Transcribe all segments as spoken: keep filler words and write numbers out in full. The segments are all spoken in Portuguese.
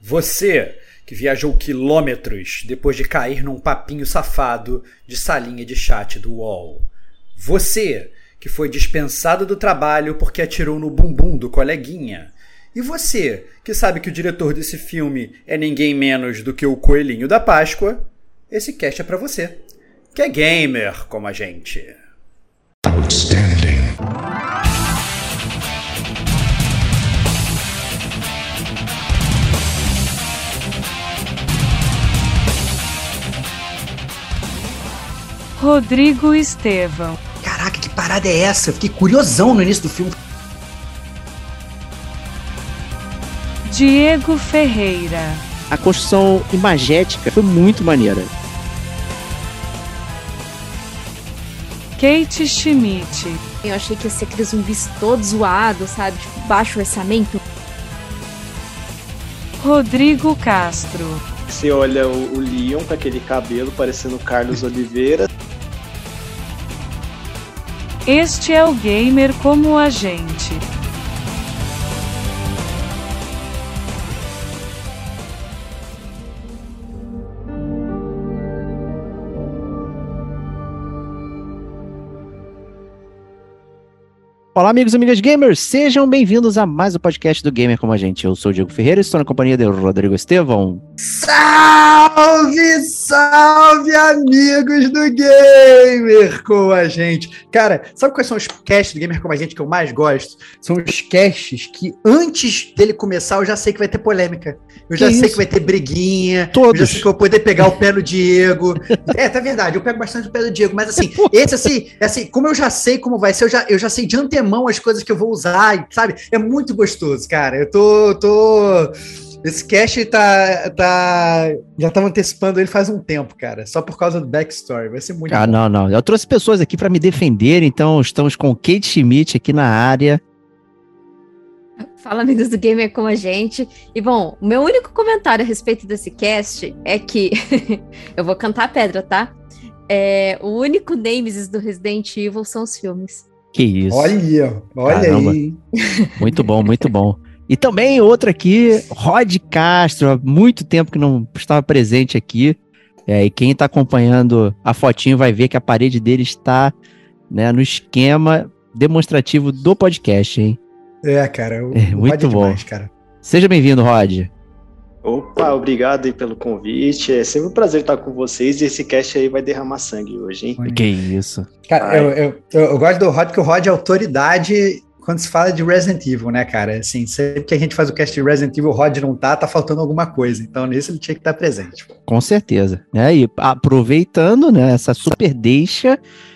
Você que viajou quilômetros depois de cair num papinho safado de salinha de chat do U O L. Você que foi dispensado do trabalho porque atirou no bumbum do coleguinha. E você que sabe que o diretor desse filme é ninguém menos do que o Coelhinho da Páscoa, esse cast é pra você, que é gamer como a gente. Outstanding. Rodrigo Estevão. Caraca, que parada é essa? Eu fiquei curiosão no início do filme. Diego Ferreira. A construção imagética foi muito maneira. Kate Schmidt. Eu achei que ia ser aqueles zumbis todos zoados, sabe? Tipo, baixo orçamento. Rodrigo Castro. Você olha o, o Leon com aquele cabelo parecendo Carlos Oliveira. Este é o Gamer como a gente. Olá, amigos e amigas gamers, sejam bem-vindos a mais um podcast do Gamer Como a Gente. Eu sou o Diego Ferreira e estou na companhia do Rodrigo Estevão. Salve, salve, amigos do Gamer Como a Gente. Cara, sabe quais são os casts do Gamer Como a Gente que eu mais gosto? São os casts que antes dele começar eu já sei que vai ter polêmica. Eu já Que sei isso? que vai ter briguinha. Todos. Eu já sei que eu vou poder pegar o pé no Diego. É, tá verdade, eu pego bastante o pé do Diego, mas assim, esse assim, assim, como eu já sei como vai ser, eu já, eu já sei de antemão as coisas que eu vou usar, sabe? É muito gostoso, cara. Eu tô... tô... Esse cast tá, tá... já tava antecipando ele faz um tempo, cara. Só por causa do backstory. Vai ser muito Ah, bom. não, não. Eu trouxe pessoas aqui para me defender, então estamos com Kate Schmidt aqui na área. Fala, amigos do Gamer como a gente. E, bom, o meu único comentário a respeito desse cast é que... eu vou cantar a pedra, tá? É, o único Nemesis do Resident Evil são os filmes. Que isso. Olha, olha Caramba. aí. Muito bom, muito bom. E também outro aqui, Rod Castro, há muito tempo que não estava presente aqui. É, e quem está acompanhando a fotinho vai ver que a parede dele está, né, no esquema demonstrativo do podcast, hein? É, cara. O, É, o muito Rod é bom. demais, cara. Seja bem-vindo, Rod. Opa, obrigado aí pelo convite. É sempre um prazer estar com vocês e esse cast aí vai derramar sangue hoje, hein? Que isso. Cara, eu, eu, eu, eu gosto do Rod, porque o Rod é autoridade quando se fala de Resident Evil, né, cara? Assim, sempre que a gente faz o cast de Resident Evil, o Rod não tá, tá faltando alguma coisa. Então, nisso ele tinha que estar presente. Com certeza. Né? E aproveitando, né, essa super deixa.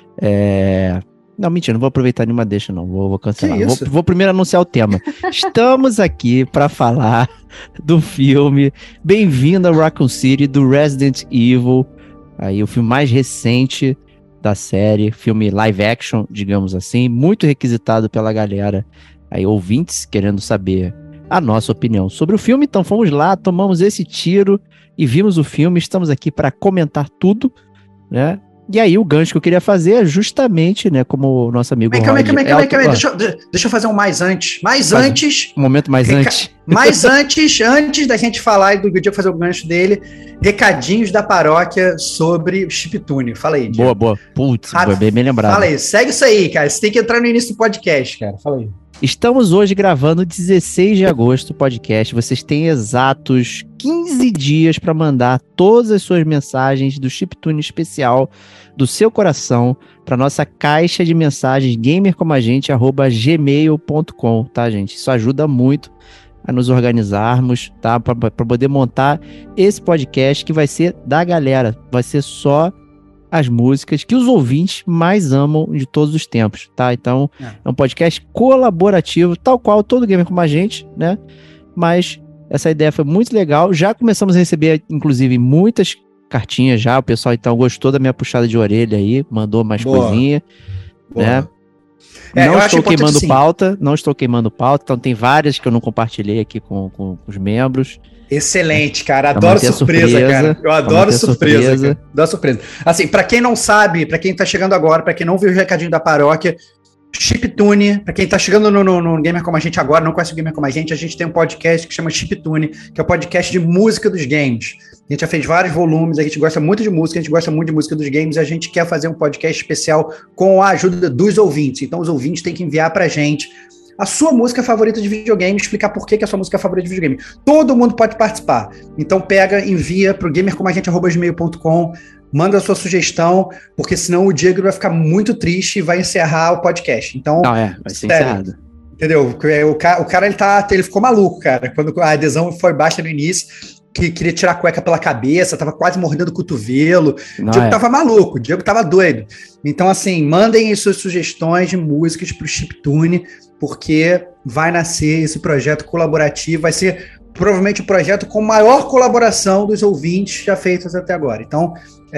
É... Não, mentira, não vou aproveitar nenhuma deixa, não. Vou, vou cancelar. Que Vou, isso? vou primeiro anunciar o tema. Estamos aqui para falar do filme Bem-vindo a Raccoon City, do Resident Evil. Aí, o filme mais recente da série, filme live action, digamos assim, muito requisitado pela galera, aí ouvintes querendo saber a nossa opinião sobre o filme. Então fomos lá, tomamos esse tiro e vimos o filme. Estamos aqui para comentar tudo, né? E aí o gancho que eu queria fazer é justamente, né, como o nosso amigo Calma aí, calma aí, Rod calma aí, é calma aí. autor- Deixa, eu- deixa eu fazer um mais antes. Mais Faz- antes... um momento mais Reca- antes. Mas antes, antes da gente falar e do Diego fazer o gancho dele, recadinhos da paróquia sobre o chiptune. Fala aí, Diego. Boa, boa. Putz, Ah, foi bem, bem lembrado. Fala aí, segue isso aí, cara. Você tem que entrar no início do podcast, cara. Fala aí. Estamos hoje gravando dezesseis de agosto o podcast. Vocês têm exatos quinze dias para mandar todas as suas mensagens do chiptune especial do seu coração para nossa caixa de mensagens gamercomagente arroba gmail ponto com, tá, gente? Isso ajuda muito a nos organizarmos, tá? Para poder montar esse podcast que vai ser da galera. Vai ser só as músicas que os ouvintes mais amam de todos os tempos, tá? Então, é, é um podcast colaborativo, tal qual todo Gamer Como a Gente, né? Mas essa ideia foi muito legal. Já começamos a receber, inclusive, muitas cartinhas já. O pessoal, então, gostou da minha puxada de orelha aí, mandou mais Boa. coisinha, Boa. né? É, não eu acho estou importante, queimando sim. pauta, não estou queimando pauta, então tem várias que eu não compartilhei aqui com, com, com os membros. Excelente, cara. Pra Adoro manter a surpresa, surpresa, cara. Eu pra adoro manter a surpresa. surpresa. Cara. Adoro surpresa. Assim, pra quem não sabe, pra quem tá chegando agora, pra quem não viu o recadinho da paróquia, Chiptune, para quem tá chegando no, no, no Gamer Como a Gente agora, não conhece o Gamer Como a Gente, a gente tem um podcast que chama Chiptune, que é o podcast de música dos games. A gente já fez vários volumes, a gente gosta muito de música, a gente gosta muito de música dos games, e a gente quer fazer um podcast especial com a ajuda dos ouvintes. Então os ouvintes têm que enviar pra gente a sua música favorita de videogame, explicar por que, que é a sua música favorita de videogame. Todo mundo pode participar. Então pega, envia pro gamercomagente arroba gmail ponto com, manda a sua sugestão, porque senão o Diego vai ficar muito triste e vai encerrar o podcast. Então, Não, é, vai ser sério, encerrado. Entendeu? O cara, o cara ele, tá, ele ficou maluco, cara. Quando a adesão foi baixa no início, que queria tirar a cueca pela cabeça, tava quase mordendo o cotovelo. Não, o Diego é. tava maluco, o Diego tava doido. Então, assim, mandem as suas sugestões de músicas pro Chiptune, porque vai nascer esse projeto colaborativo, vai ser provavelmente o projeto com maior colaboração dos ouvintes já feitos até agora. Então,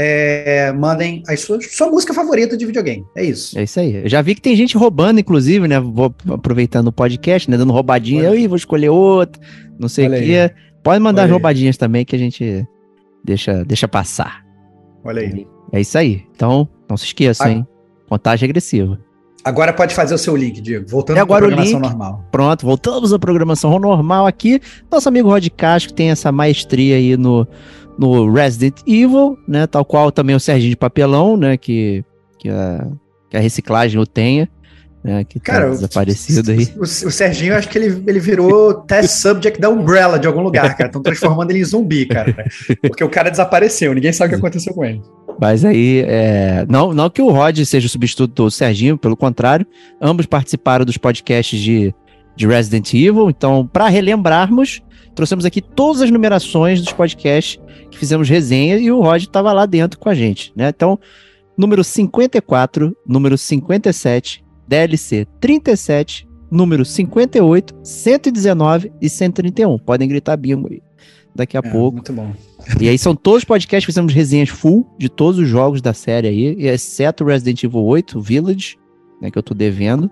é, mandem a sua, sua música favorita de videogame. É isso. É isso aí. Eu já vi que tem gente roubando, inclusive, né? Vou aproveitando o podcast, né? Dando roubadinha. Eu Ih, vou escolher outro, não sei o quê. Pode mandar as roubadinhas também que a gente deixa, deixa passar. Olha aí. É isso aí. Então, não se esqueçam, ah. hein? Contagem regressiva. Agora pode fazer o seu link, Diego. Voltando para a programação normal. Pronto, voltamos à programação normal aqui. Nosso amigo Rod Castro tem essa maestria aí no, no Resident Evil, né? Tal qual também o Serginho de Papelão, né? Que, que, a, que a reciclagem o tenha, né? Que tá cara, desaparecido o, aí. O, o Serginho, acho que ele, ele virou test subject da Umbrella de algum lugar, cara. Estão transformando ele em zumbi, cara. Porque o cara desapareceu, ninguém sabe o que aconteceu com ele. Mas aí, é... não, não que o Rod seja o substituto do Serginho, pelo contrário, ambos participaram dos podcasts de, de Resident Evil, então, para relembrarmos, trouxemos aqui todas as numerações dos podcasts que fizemos resenha e o Rod estava lá dentro com a gente, né? Então, número cinquenta e quatro, número cinquenta e sete, D L C trinta e sete, número cinquenta e oito, cento e dezenove e cento e trinta e um. Podem gritar bingo aí daqui a é, pouco. Muito bom. E aí são todos os podcasts que fizemos resenhas full de todos os jogos da série aí, exceto o Resident Evil oito, Village, né, que eu tô devendo.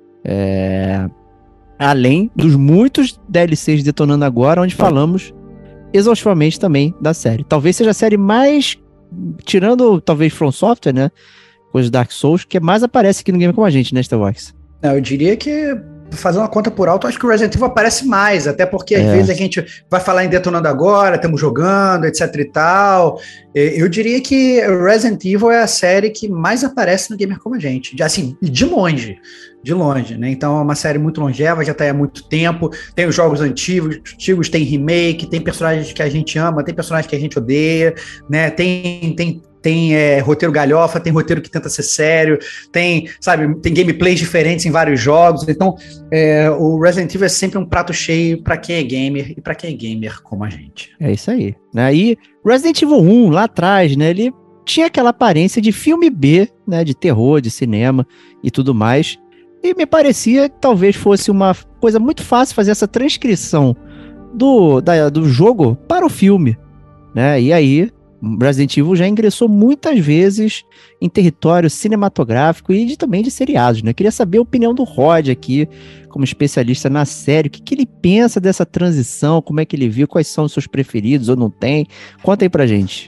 É... Além dos muitos D L Cs detonando agora, onde falamos exaustivamente também da série. Talvez seja a série mais, tirando talvez From Software, né, coisa Dark Souls, que mais aparece aqui no Game Como a Gente, né, Starbox? Não, eu diria que, fazer uma conta por alto, acho que o Resident Evil aparece mais, até porque às é. vezes a gente vai falar em Detonando Agora, estamos jogando, etc e tal. Eu diria que o Resident Evil é a série que mais aparece no Gamer Como a Gente, assim, de longe, de longe, né? Então é uma série muito longeva, já está há muito tempo, tem os jogos antigos, antigos, tem remake, tem personagens que a gente ama, tem personagens que a gente odeia, né? Tem... tem Tem é, roteiro galhofa, tem roteiro que tenta ser sério, tem, sabe, tem gameplays diferentes em vários jogos. Então, é, o Resident Evil é sempre um prato cheio para quem é gamer e para quem é gamer como a gente. É isso aí. Né? E Resident Evil um, lá atrás, né, ele tinha aquela aparência de filme B, né, de terror, de cinema e tudo mais. E me parecia que talvez fosse uma coisa muito fácil fazer essa transcrição do, da, do jogo para o filme. Né? E aí... Resident Evil já ingressou muitas vezes em território cinematográfico e de, também de seriados, né? Eu queria saber a opinião do Rod aqui, como especialista na série, o que, que ele pensa dessa transição, como é que ele viu, quais são os seus preferidos ou não tem. Conta aí pra gente.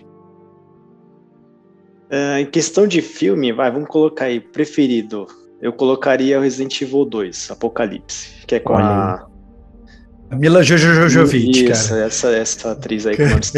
Uh, em questão de filme, vai, vamos colocar aí, preferido. Eu colocaria o Resident Evil dois, Apocalipse, que é com a... Mila Jovovich, Isso, cara. Essa, essa atriz aí que não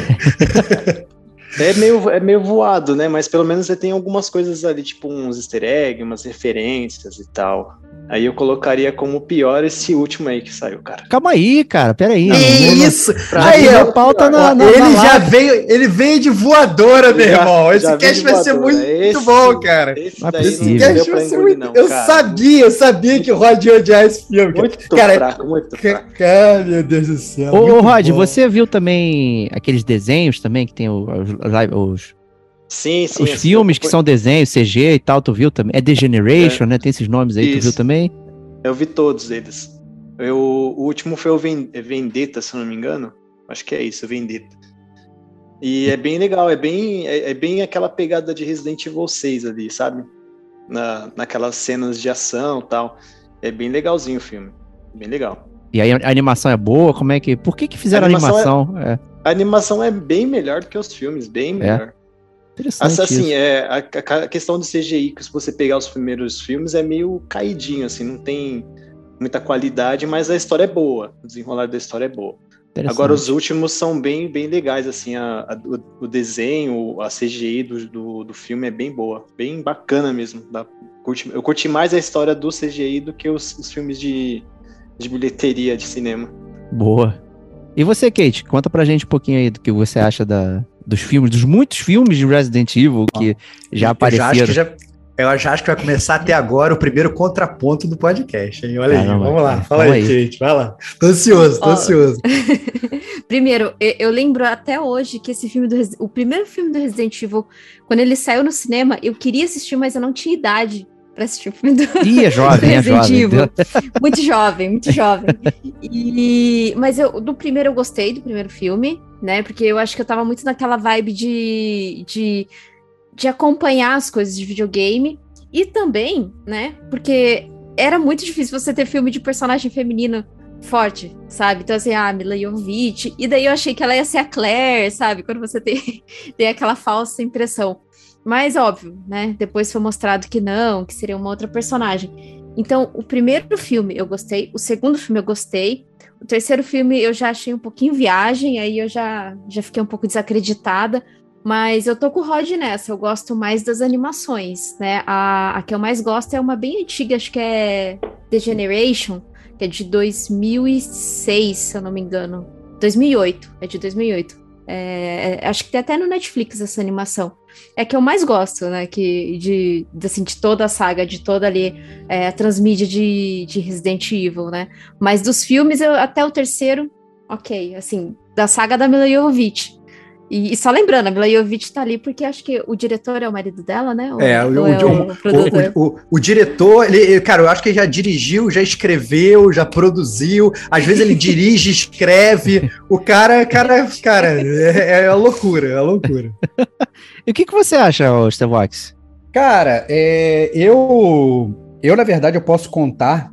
É meio, é meio voado, né? Mas pelo menos você tem algumas coisas ali, tipo uns easter eggs, umas referências e tal. Aí eu colocaria como pior esse último aí que saiu, cara. Calma aí, cara, peraí. Que não, isso? Pra aí, a pauta na, na Ele na já veio, ele veio de voadora, meu já, irmão. Esse cast vai voadora. ser muito esse, bom, cara. Esse não é daí possível. não deu pra engolir, não, eu cara. sabia, eu sabia que o Rod ia odiar esse filme. Muito cara, fraco, muito fraco. Cara, meu Deus do céu. Ô, Rod, bom. Você viu também aqueles desenhos também, que tem os... os... Sim, sim. Os filmes que são desenhos, C G e tal, tu viu também? É The Generation, é. né? Tem esses nomes aí, Isso. tu viu também? Eu vi todos eles. Eu, o último foi o Vendetta, se eu não me engano. Acho que é isso, Vendetta. E é bem legal, é bem, é, é bem aquela pegada de Resident Evil seis ali, sabe? Na, naquelas cenas de ação e tal. É bem legalzinho o filme. Bem legal. E aí a animação é boa? Como é que... Por que que fizeram a animação? A animação é, é... A animação é bem melhor do que os filmes, bem melhor. Interessante Assim, isso. é, a, a questão do C G I, que se você pegar os primeiros filmes, é meio caidinho, assim, não tem muita qualidade, mas a história é boa, o desenrolar da história é boa. Agora os últimos são bem, bem legais, assim, a, a, o, o desenho, a C G I do, do, do filme é bem boa, bem bacana mesmo. Dá, curti, eu curti mais a história do C G I do que os, os filmes de, de bilheteria de cinema. Boa. E você, Kate, conta pra gente um pouquinho aí do que você acha da, dos filmes, dos muitos filmes de Resident Evil que ah, já apareceram. Eu já acho que já... Eu já acho que vai começar até agora o primeiro contraponto do podcast, hein? Olha Caramba, aí, vamos lá, fala aí, aí, Kate, vai lá. Tô ansioso, tô oh. ansioso. Primeiro, eu, eu lembro até hoje que esse filme, do o primeiro filme do Resident Evil, quando ele saiu no cinema, eu queria assistir, mas eu não tinha idade para assistir o filme do, Ih, é jovem, do Resident é jovem. Evil. Muito jovem, muito jovem. E, mas eu, do primeiro eu gostei, do primeiro filme, né? Porque eu acho que eu tava muito naquela vibe de... de de acompanhar as coisas de videogame, e também, né, porque era muito difícil você ter filme de personagem feminino forte, sabe? Então, assim, a Mila Jovovich, e daí eu achei que ela ia ser a Claire, sabe? Quando você tem, tem aquela falsa impressão. Mas, óbvio, né, depois foi mostrado que não, que seria uma outra personagem. Então, o primeiro filme eu gostei, o segundo filme eu gostei, o terceiro filme eu já achei um pouquinho viagem, aí eu já, já fiquei um pouco desacreditada. Mas eu tô com o Rod nessa, eu gosto mais das animações, né? A, a que eu mais gosto é uma bem antiga, acho que é The Generation, que é de dois mil e seis, se eu não me engano. dois mil e oito, é de dois mil e oito. É, é, acho que tem até no Netflix essa animação. É a que eu mais gosto, né? Que, de, de, assim, de toda a saga, de toda ali é, a transmídia de, de Resident Evil, né? Mas dos filmes, eu, até o terceiro, ok, assim, da saga da Mila Jovovich. E, e só lembrando, a Mila Jovovich tá ali porque acho que o diretor é o marido dela, né? Ou, é, o, ou é o, o, o, o, o diretor, ele, cara, eu acho que ele já dirigiu, já escreveu, já produziu, às vezes ele dirige, escreve, o cara, cara, cara, é, é a loucura, é a loucura. E o que, que você acha, Stevox? Cara, é, eu, eu, na verdade, eu posso contar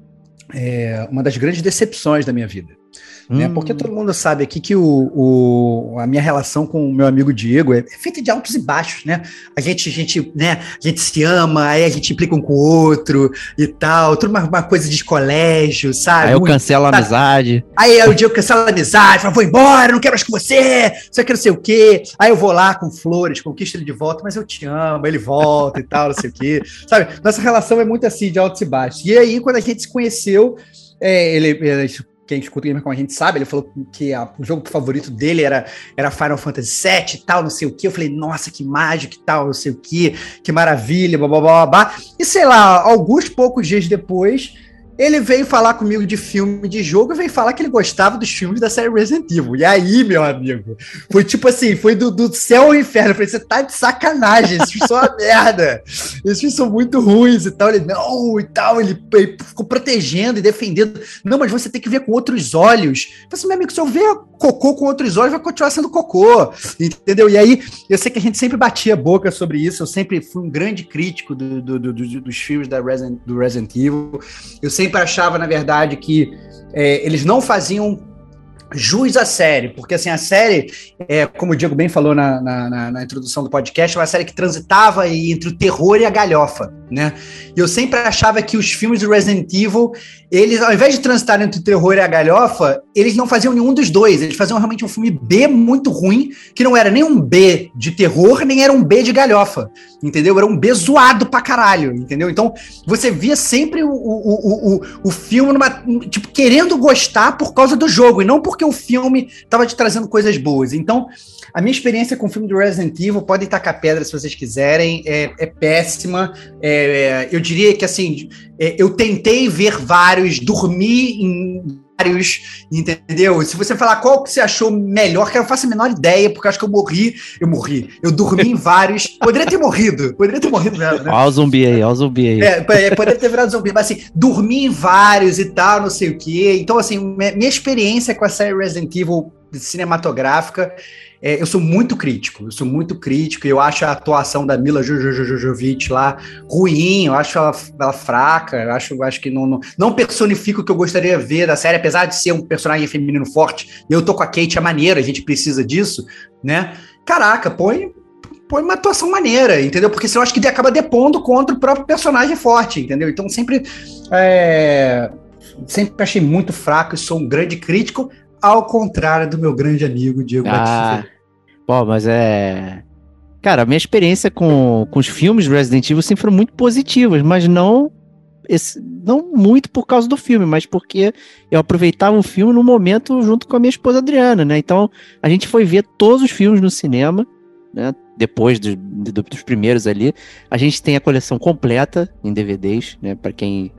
é, uma das grandes decepções da minha vida. Né? Hum. Porque todo mundo sabe aqui que o, o, a minha relação com o meu amigo Diego é feita de altos e baixos, né? A gente, a gente, né? A gente se ama, aí a gente implica um com o outro e tal, tudo uma, uma coisa de colégio, sabe? Aí eu cancelo a amizade. Aí, aí o Diego cancela a amizade, fala, vou embora, não quero mais com você, só quero sei o quê. Aí eu vou lá com flores, conquisto ele de volta, mas eu te amo, ele volta e tal, não sei o quê. Sabe? Nossa relação é muito assim, de altos e baixos. E aí, quando a gente se conheceu, é, ele... ele quem escuta o Gamer como a gente sabe, ele falou que a, o jogo favorito dele era, era Final Fantasy sete e tal, não sei o que. Eu falei, nossa, que mágico e tal, não sei o que, que maravilha, blá, blá, blá, blá. E sei lá, alguns poucos dias depois, ele veio falar comigo de filme, de jogo, e veio falar que ele gostava dos filmes da série Resident Evil. E aí, meu amigo, foi tipo assim, foi do, do céu ao inferno. Eu falei, você tá de sacanagem, esses filmes são uma merda. Esses filmes são muito ruins e tal. Ele, não, e tal, ele, ele ficou protegendo e defendendo. Não, mas você tem que ver com outros olhos. Eu falei assim, meu amigo, se eu ver cocô com outros olhos, vai continuar sendo cocô, entendeu? E aí, eu sei que a gente sempre batia a boca sobre isso, eu sempre fui um grande crítico do, do, do, do, dos filmes da Resident, do Resident Evil. Eu sempre sempre achava, na verdade, que é, eles não faziam jus à série, porque assim, a série, é, como o Diego bem falou na, na, na introdução do podcast, é uma série que transitava entre o terror e a galhofa, né? E eu sempre achava que os filmes do Resident Evil, eles, ao invés de transitar entre o terror e a galhofa, eles não faziam nenhum dos dois, eles faziam realmente um filme B muito ruim, que não era nem um B de terror, nem era um B de galhofa, entendeu? Era um B zoado pra caralho, entendeu? Então, você via sempre o, o, o, o, o filme numa, tipo, querendo gostar por causa do jogo, e não porque o filme estava te trazendo coisas boas. Então, a minha experiência com o filme do Resident Evil, podem tacar pedra se vocês quiserem, é, é péssima. É, eu diria que, assim, é, eu tentei ver vários, dormi em vários, entendeu? Se você falar qual que você achou melhor, que eu não faço a menor ideia, porque eu acho que eu morri, eu morri, eu dormi em vários, poderia ter morrido, poderia ter morrido mesmo, né? Olha o zumbi aí, olha o zumbi aí. É, poderia ter virado zumbi, mas assim, dormi em vários e tal, não sei o quê. Então, assim, minha experiência com a série Resident Evil cinematográfica, é, eu sou muito crítico, eu sou muito crítico, eu acho a atuação da Mila Jovovich lá ruim, eu acho ela, ela fraca, eu acho, eu acho que não, não, não personifica o que eu gostaria de ver da série, apesar de ser um personagem feminino forte, eu tô com a Kate, é maneiro, a gente precisa disso, né? Caraca, põe, põe uma atuação maneira, entendeu? Porque senão eu acho que ele acaba depondo contra o próprio personagem forte, entendeu? Então sempre, é, sempre achei muito fraco e sou um grande crítico, ao contrário do meu grande amigo Diego Ah, Batista. bom, mas é... Cara, a minha experiência com, com os filmes do Resident Evil sempre foram muito positivas, mas não, esse, não muito por causa do filme, mas porque eu aproveitava o filme no momento junto com a minha esposa Adriana, né? Então, a gente foi ver todos os filmes no cinema, né? Depois do, do, dos primeiros ali. A gente tem a coleção completa em D V Ds, né? Pra quem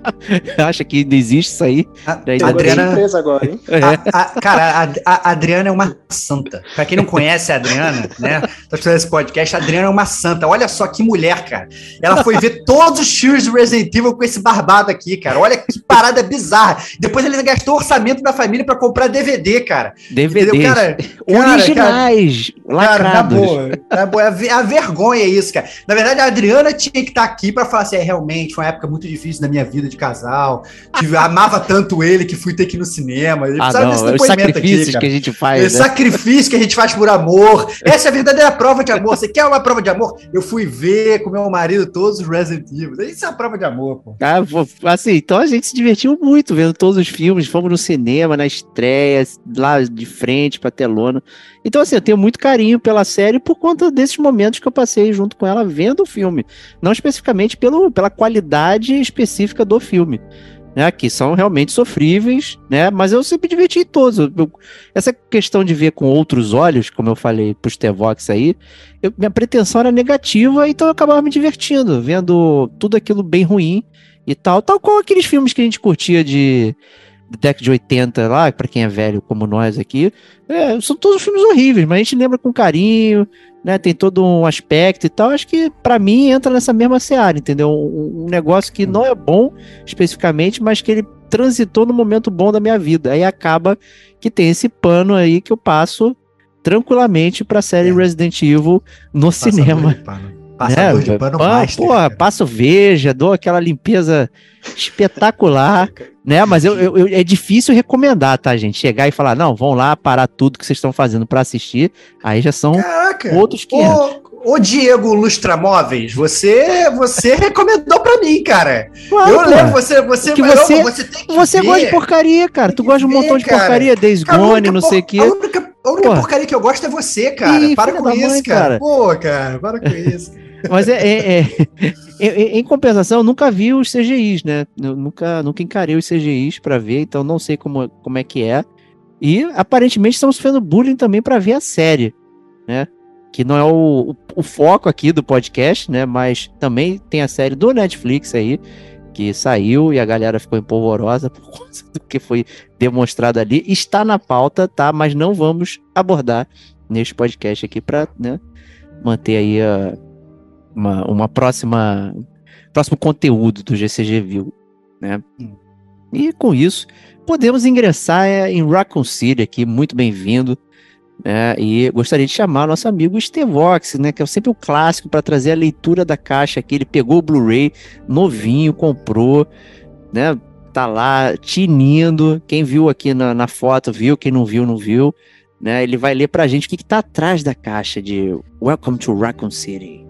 acha que ainda existe isso aí. A, Daí, Tem Adriana, uma surpresa agora, hein? É. a, a, cara, a, a Adriana é uma santa. Pra quem não conhece a Adriana, né? Tá escutando esse podcast, a Adriana é uma santa. Olha só que mulher, cara. Ela foi ver todos os filmes do Resident Evil com esse barbado aqui, cara. Olha que parada bizarra. Depois ele gastou o orçamento da família pra comprar D V D, cara. D V Ds. Entendeu, cara? Originais, Cara, na lacrados. boa, na boa, a, ve- a vergonha é isso, cara. Na verdade, a Adriana tinha que estar aqui pra falar assim, é, realmente, foi uma época muito difícil da minha vida de casal, tive, amava tanto ele que fui ter que ir no cinema. Ele Ah, precisava desse não, os depoimento sacrifícios cara. que a gente É faz, né? sacrifício que a gente faz por amor. Essa é a verdadeira prova de amor. Você quer uma prova de amor? Eu fui ver com meu marido todos os Resident Evil. Isso é a prova de amor, pô. Ah, pô, assim, então a gente se divertiu muito vendo todos os filmes, fomos no cinema, na estreia, lá de frente pra telona. Então, assim, eu tenho muito carinho pela série por conta desses momentos que eu passei junto com ela vendo o filme. Não especificamente pelo, pela qualidade específica do filme, né? Que são realmente sofríveis, né? Mas eu sempre diverti em todos. Eu- eu- essa questão de ver com outros olhos, como eu falei pros T-Vox aí, eu- minha pretensão era negativa, então eu acabava me divertindo, vendo tudo aquilo bem ruim e tal. Tal qual aqueles filmes que a gente curtia de da década de oitenta lá, pra quem é velho como nós aqui, é, são todos filmes horríveis, mas a gente lembra com carinho, né? Tem todo um aspecto e tal. Acho que pra mim entra nessa mesma seara, entendeu? Um, um negócio que não é bom especificamente, mas que ele transitou no momento bom da minha vida. Aí acaba que tem esse pano aí que eu passo tranquilamente pra série É. Resident Evil no cinema. Passador É, de pano pan- master. Porra, cara. passo veja, dou aquela limpeza espetacular, né? Mas eu, eu- eu- é difícil recomendar, tá, gente? Chegar e falar, não, vão lá parar tudo que vocês estão fazendo pra assistir. Aí já são Caraca. outros quinhentos. Ô, ô Diego Lustramóveis, você, você recomendou pra mim, cara. Claro, eu pô. lembro, você, você, Que falou, você- você tem que Você ver. gosta de porcaria, cara. Tem Tu que gosta de um ver, montão de cara. porcaria, Days Cara, a Gone, única não por- sei o quê. A única, a única Porra. porcaria que eu gosto é você, cara. Ih, para filha com da isso, mãe, cara. cara. Pô, cara, para com isso. Mas é, é- é- em- em compensação, eu nunca vi os C G Is, né? Eu nunca, nunca encarei os C G Is pra ver, então não sei como, como é que é. E aparentemente estamos sofrendo bullying também pra ver a série, né? Que não é o, o, o foco aqui do podcast, né? Mas também tem a série do Netflix aí, que saiu e a galera ficou empolvorosa por conta do que foi demonstrado ali. Está na pauta, tá? Mas não vamos abordar neste podcast aqui pra, né, manter aí a, uma, uma próxima próximo conteúdo do G C G View, né? Hum. E com isso, podemos ingressar é, em Raccoon City aqui, muito bem-vindo, né? E gostaria de chamar nosso amigo Stevox, né? Que é sempre o clássico para trazer a leitura da caixa aqui. Ele pegou o Blu-ray novinho, comprou, né? Tá lá tinindo. Quem viu aqui na, na foto viu, quem não viu, não viu, né? Ele vai ler pra gente o que, que tá atrás da caixa de Welcome to Raccoon City.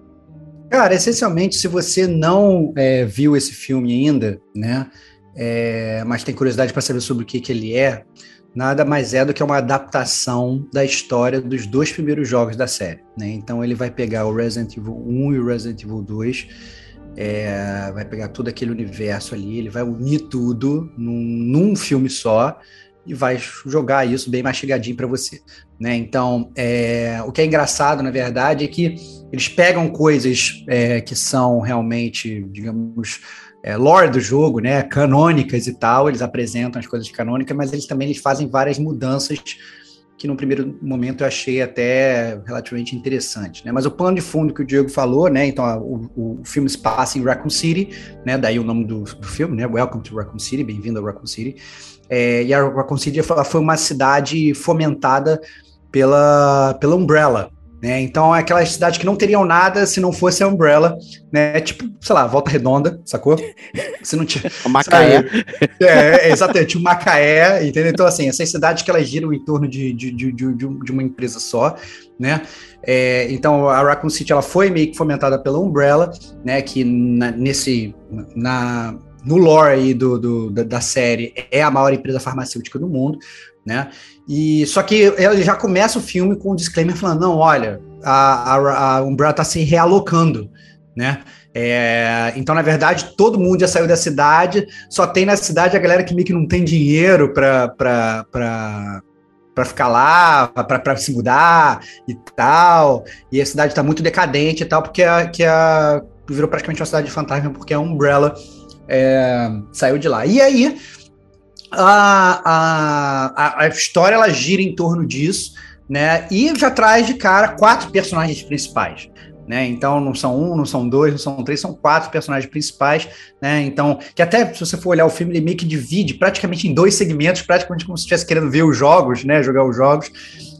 Cara, essencialmente, se você não é, viu esse filme ainda, né? é, mas tem curiosidade para saber sobre o que, que ele é, nada mais é do que uma adaptação da história dos dois primeiros jogos da série, né? Então ele vai pegar o Resident Evil um e o Resident Evil dois, é, vai pegar todo aquele universo ali, ele vai unir tudo num, num filme só e vai jogar isso bem mastigadinho para você, né? Então, é, o que é engraçado, na verdade, é que eles pegam coisas é, que são realmente, digamos, é, lore do jogo, né, canônicas e tal, eles apresentam as coisas canônicas, mas eles também eles fazem várias mudanças que no primeiro momento eu achei até relativamente interessante, né? Mas o pano de fundo que o Diego falou, né? Então a, o, o filme se passa em Raccoon City, né? Daí o nome do, do filme, né? Welcome to Raccoon City, bem-vindo a Raccoon City. É, e a Raccoon City foi uma cidade fomentada pela, pela Umbrella, né? Então, é aquelas cidades que não teriam nada se não fosse a Umbrella, né? Tipo, sei lá, Volta Redonda, sacou? Se não tinha... Macaé. É, é, exatamente, o Macaé, entendeu? Então, assim, essas cidades que elas giram em torno de, de, de, de, de uma empresa só, né? É, então, a Raccoon City, ela foi meio que fomentada pela Umbrella, né? Que na, nesse... Na, no lore aí do, do, da, da série, é a maior empresa farmacêutica do mundo, né? E, só que ele já começa o filme com um disclaimer falando, não, olha, a, a, a Umbrella está se realocando, né? É, então, na verdade, todo mundo já saiu da cidade, só tem na cidade a galera que meio que não tem dinheiro para ficar lá, para se mudar e tal, e a cidade está muito decadente e tal, porque a, que a, virou praticamente uma cidade de fantasma, porque a Umbrella É, saiu de lá. E aí a, a, a história ela gira em torno disso, né? E já traz de cara quatro personagens principais, né? Então não são um, não são dois, não são três, são quatro personagens principais, né? Então, que até se você for olhar o filme, ele meio que divide praticamente em dois segmentos, praticamente como se estivesse querendo ver os jogos, né? Jogar os jogos.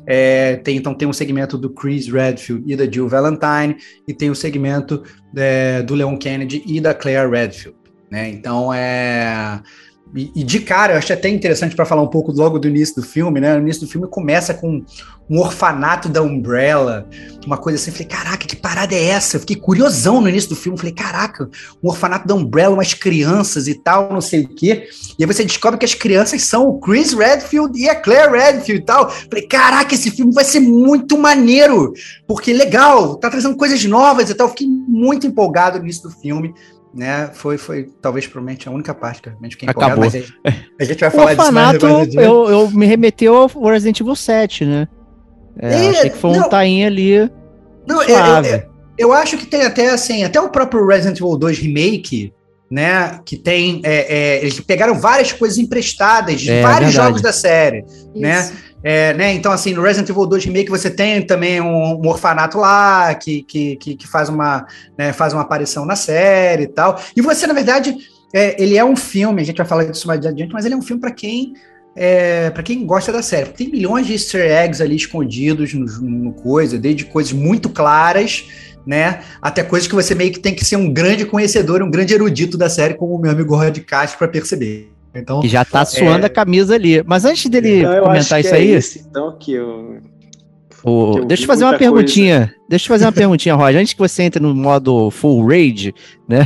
É, tem, então tem um segmento do Chris Redfield e da Jill Valentine, e tem o segmento é, do Leon Kennedy e da Claire Redfield. Né? Então, é... E, e de cara, eu achei até interessante para falar um pouco logo do início do filme, né? O início do filme começa com um orfanato da Umbrella, uma coisa assim, eu falei, caraca, que parada é essa? Eu fiquei curiosão no início do filme, falei, caraca, um orfanato da Umbrella, umas crianças e tal, não sei o quê. E aí você descobre que as crianças são o Chris Redfield e a Claire Redfield e tal. Falei, caraca, esse filme vai ser muito maneiro, porque legal, tá trazendo coisas novas e tal. Eu fiquei muito empolgado no início do filme. Né, foi, foi talvez provavelmente a única parte que eu fiquei empolgado, mas a gente, a gente vai falar disso mais depois. Eu, eu me remeteu ao Resident Evil sete, né? É, é, achei que foi não, um tainho ali não, suave. Eu, eu, eu acho que tem até assim, até o próprio Resident Evil dois Remake, né, que tem, é, é, eles pegaram várias coisas emprestadas de é, vários verdade. jogos da série, Isso. né? É, né? Então, assim, no Resident Evil dois Remake você tem também um, um orfanato lá que, que, que, que faz, uma, né, faz uma aparição na série e tal. E você, na verdade, é, ele é um filme, a gente vai falar disso mais adiante, mas ele é um filme para quem, é, para quem gosta da série. Tem milhões de easter eggs ali escondidos no, no coisa, desde coisas muito claras, né, até coisas que você meio que tem que ser um grande conhecedor, um grande erudito da série, como o meu amigo Rod Castro, para perceber. Então, que já tá suando é... a camisa ali. Mas antes dele então, comentar isso é aí. Esse, então, que eu... O... que eu deixa eu fazer uma perguntinha. Coisa. Deixa eu fazer uma perguntinha, Roger. Antes que você entre no modo full rage, né?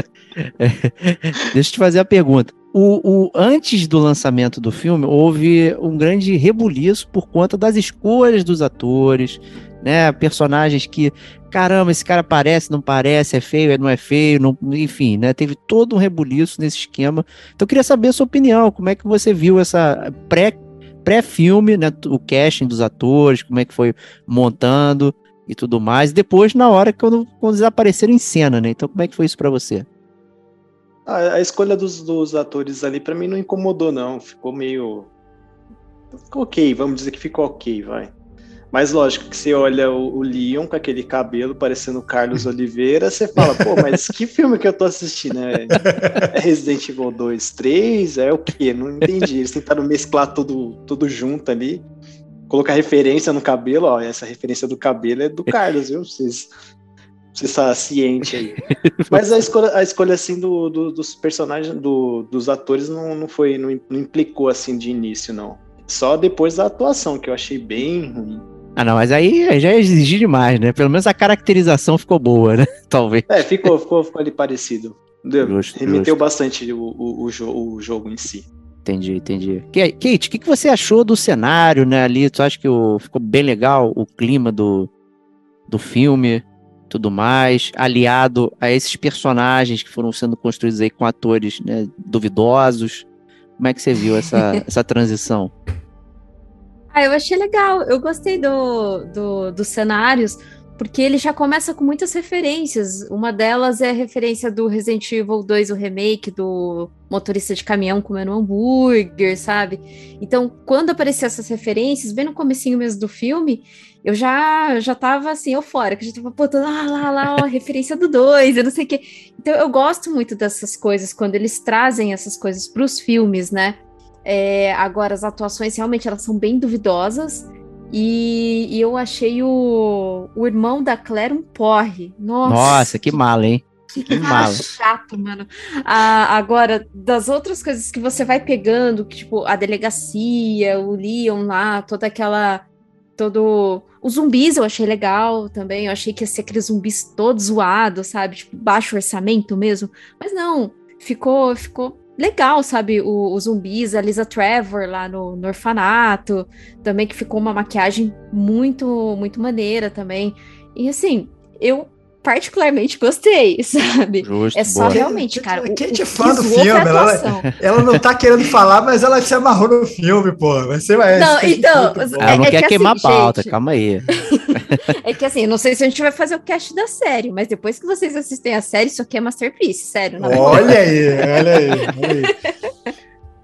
Deixa eu te fazer a pergunta. O, o, antes do lançamento do filme, houve um grande rebuliço por conta das escolhas dos atores, né? Personagens que, caramba, esse cara parece, não parece, é feio, não é feio, não, enfim, né? Teve todo um rebuliço nesse esquema. Então eu queria saber a sua opinião, como é que você viu essa pré, pré-filme, né? O casting dos atores, como é que foi montando e tudo mais. E depois, na hora, quando, quando eles apareceram em cena, né? Então como é que foi isso pra você? A, a escolha dos, dos atores ali, pra mim, não incomodou, não. Ficou meio... Ficou ok, vamos dizer que ficou ok, vai. Mas lógico que você olha o, o Leon com aquele cabelo parecendo o Carlos Oliveira, você fala, pô, mas que filme que eu tô assistindo? É, é Resident Evil dois, três? É o quê? Não entendi. Eles tentaram mesclar tudo, tudo junto ali, colocar referência no cabelo, ó, essa referência do cabelo é do Carlos, viu? Vocês, você está ciente aí. Mas a escolha, a escolha assim, do, do, dos personagens, do, dos atores, não, não foi, não, não implicou assim de início, não. Só depois da atuação, que eu achei bem ruim. Ah, não, mas aí já exigir demais, né? Pelo menos a caracterização ficou boa, né? Talvez. É, ficou, ficou, ficou ali parecido. Justo, Remeteu justo. bastante o, o, o, jo- o jogo em si. Entendi, entendi. Kate, o que, que você achou do cenário, né? Ali, tu acha que o, ficou bem legal o clima do, do filme, tudo mais, aliado a esses personagens que foram sendo construídos aí com atores, né, duvidosos? Como é que você viu essa, essa transição? Ah, eu achei legal, eu gostei do, do, dos cenários, porque ele já começa com muitas referências. Uma delas é a referência do Resident Evil dois, o remake, do motorista de caminhão comendo hambúrguer, sabe? Então, quando apareciam essas referências, bem no comecinho mesmo do filme, eu já, já tava assim, eufórica, já tava botando lá, lá, lá, ó, referência do dois, eu não sei o quê. Então, eu gosto muito dessas coisas, quando eles trazem essas coisas pros filmes, né? É, agora, as atuações realmente elas são bem duvidosas. E, e eu achei o, o irmão da Claire um porre. Nossa, Nossa, que mala, hein? Que mala. Chato, mano. Ah, agora, das outras coisas que você vai pegando, que, tipo, a delegacia, o Leon lá, toda aquela... Todo... Os zumbis eu achei legal também. Eu achei que ia ser aqueles zumbis todos zoados, sabe? Tipo, baixo orçamento mesmo. Mas não, ficou, ficou legal, sabe? O, os zumbis, a Lisa Trevor lá no, no orfanato. Também que ficou uma maquiagem muito, muito maneira também. E assim, eu... particularmente gostei, sabe? Justo, é só boa. realmente, cara. Kate é o, fã o do que zoou filme, foi a ela, atuação. ela não tá querendo falar, mas ela se amarrou no filme, pô. Vai ser mais. Não, então, Ela não É quer que queimar assim, a pauta, gente- calma aí. É que assim, eu não sei se a gente vai fazer o cast da série, mas depois que vocês assistem a série, isso aqui é masterpiece, sério. Não é? Olha aí, olha aí, olha aí.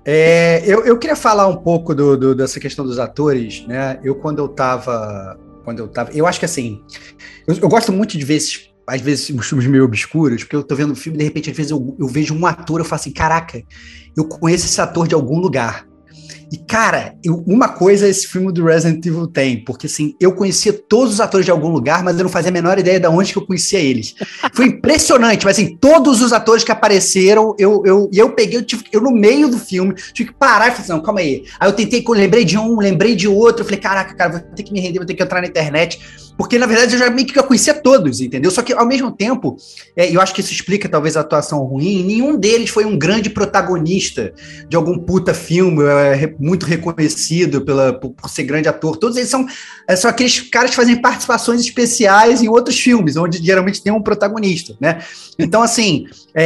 É, eu, eu queria falar um pouco do, do- dessa questão dos atores, né? Eu, quando eu tava. Quando eu tava. Eu acho que assim. Eu, eu gosto muito de ver esses. Às vezes, uns filmes meio obscuros, porque eu tô vendo um filme e de repente, às vezes, eu, eu vejo um ator, eu falo assim: caraca, eu conheço esse ator de algum lugar. E, cara, eu- uma coisa esse filme do Resident Evil tem, porque assim, eu conhecia todos os atores de algum lugar, mas eu não fazia a menor ideia de onde que eu conhecia eles. Foi impressionante, mas assim, todos os atores que apareceram, eu, eu, e eu peguei, eu, tive, eu no meio do filme, tive que parar e falei assim, não, calma aí. Aí eu tentei, eu lembrei de um, lembrei de outro, eu falei, caraca, cara, vou ter que me render, vou ter que entrar na internet, porque na verdade eu já meio que eu conhecia todos, entendeu? Só que ao mesmo tempo, é, eu acho que isso explica talvez a atuação ruim, nenhum deles foi um grande protagonista de algum puta filme, é, re- muito reconhecido pela, por, por ser grande ator. Todos eles são, é, são aqueles caras que fazem participações especiais em outros filmes, onde geralmente tem um protagonista, né? Então, assim,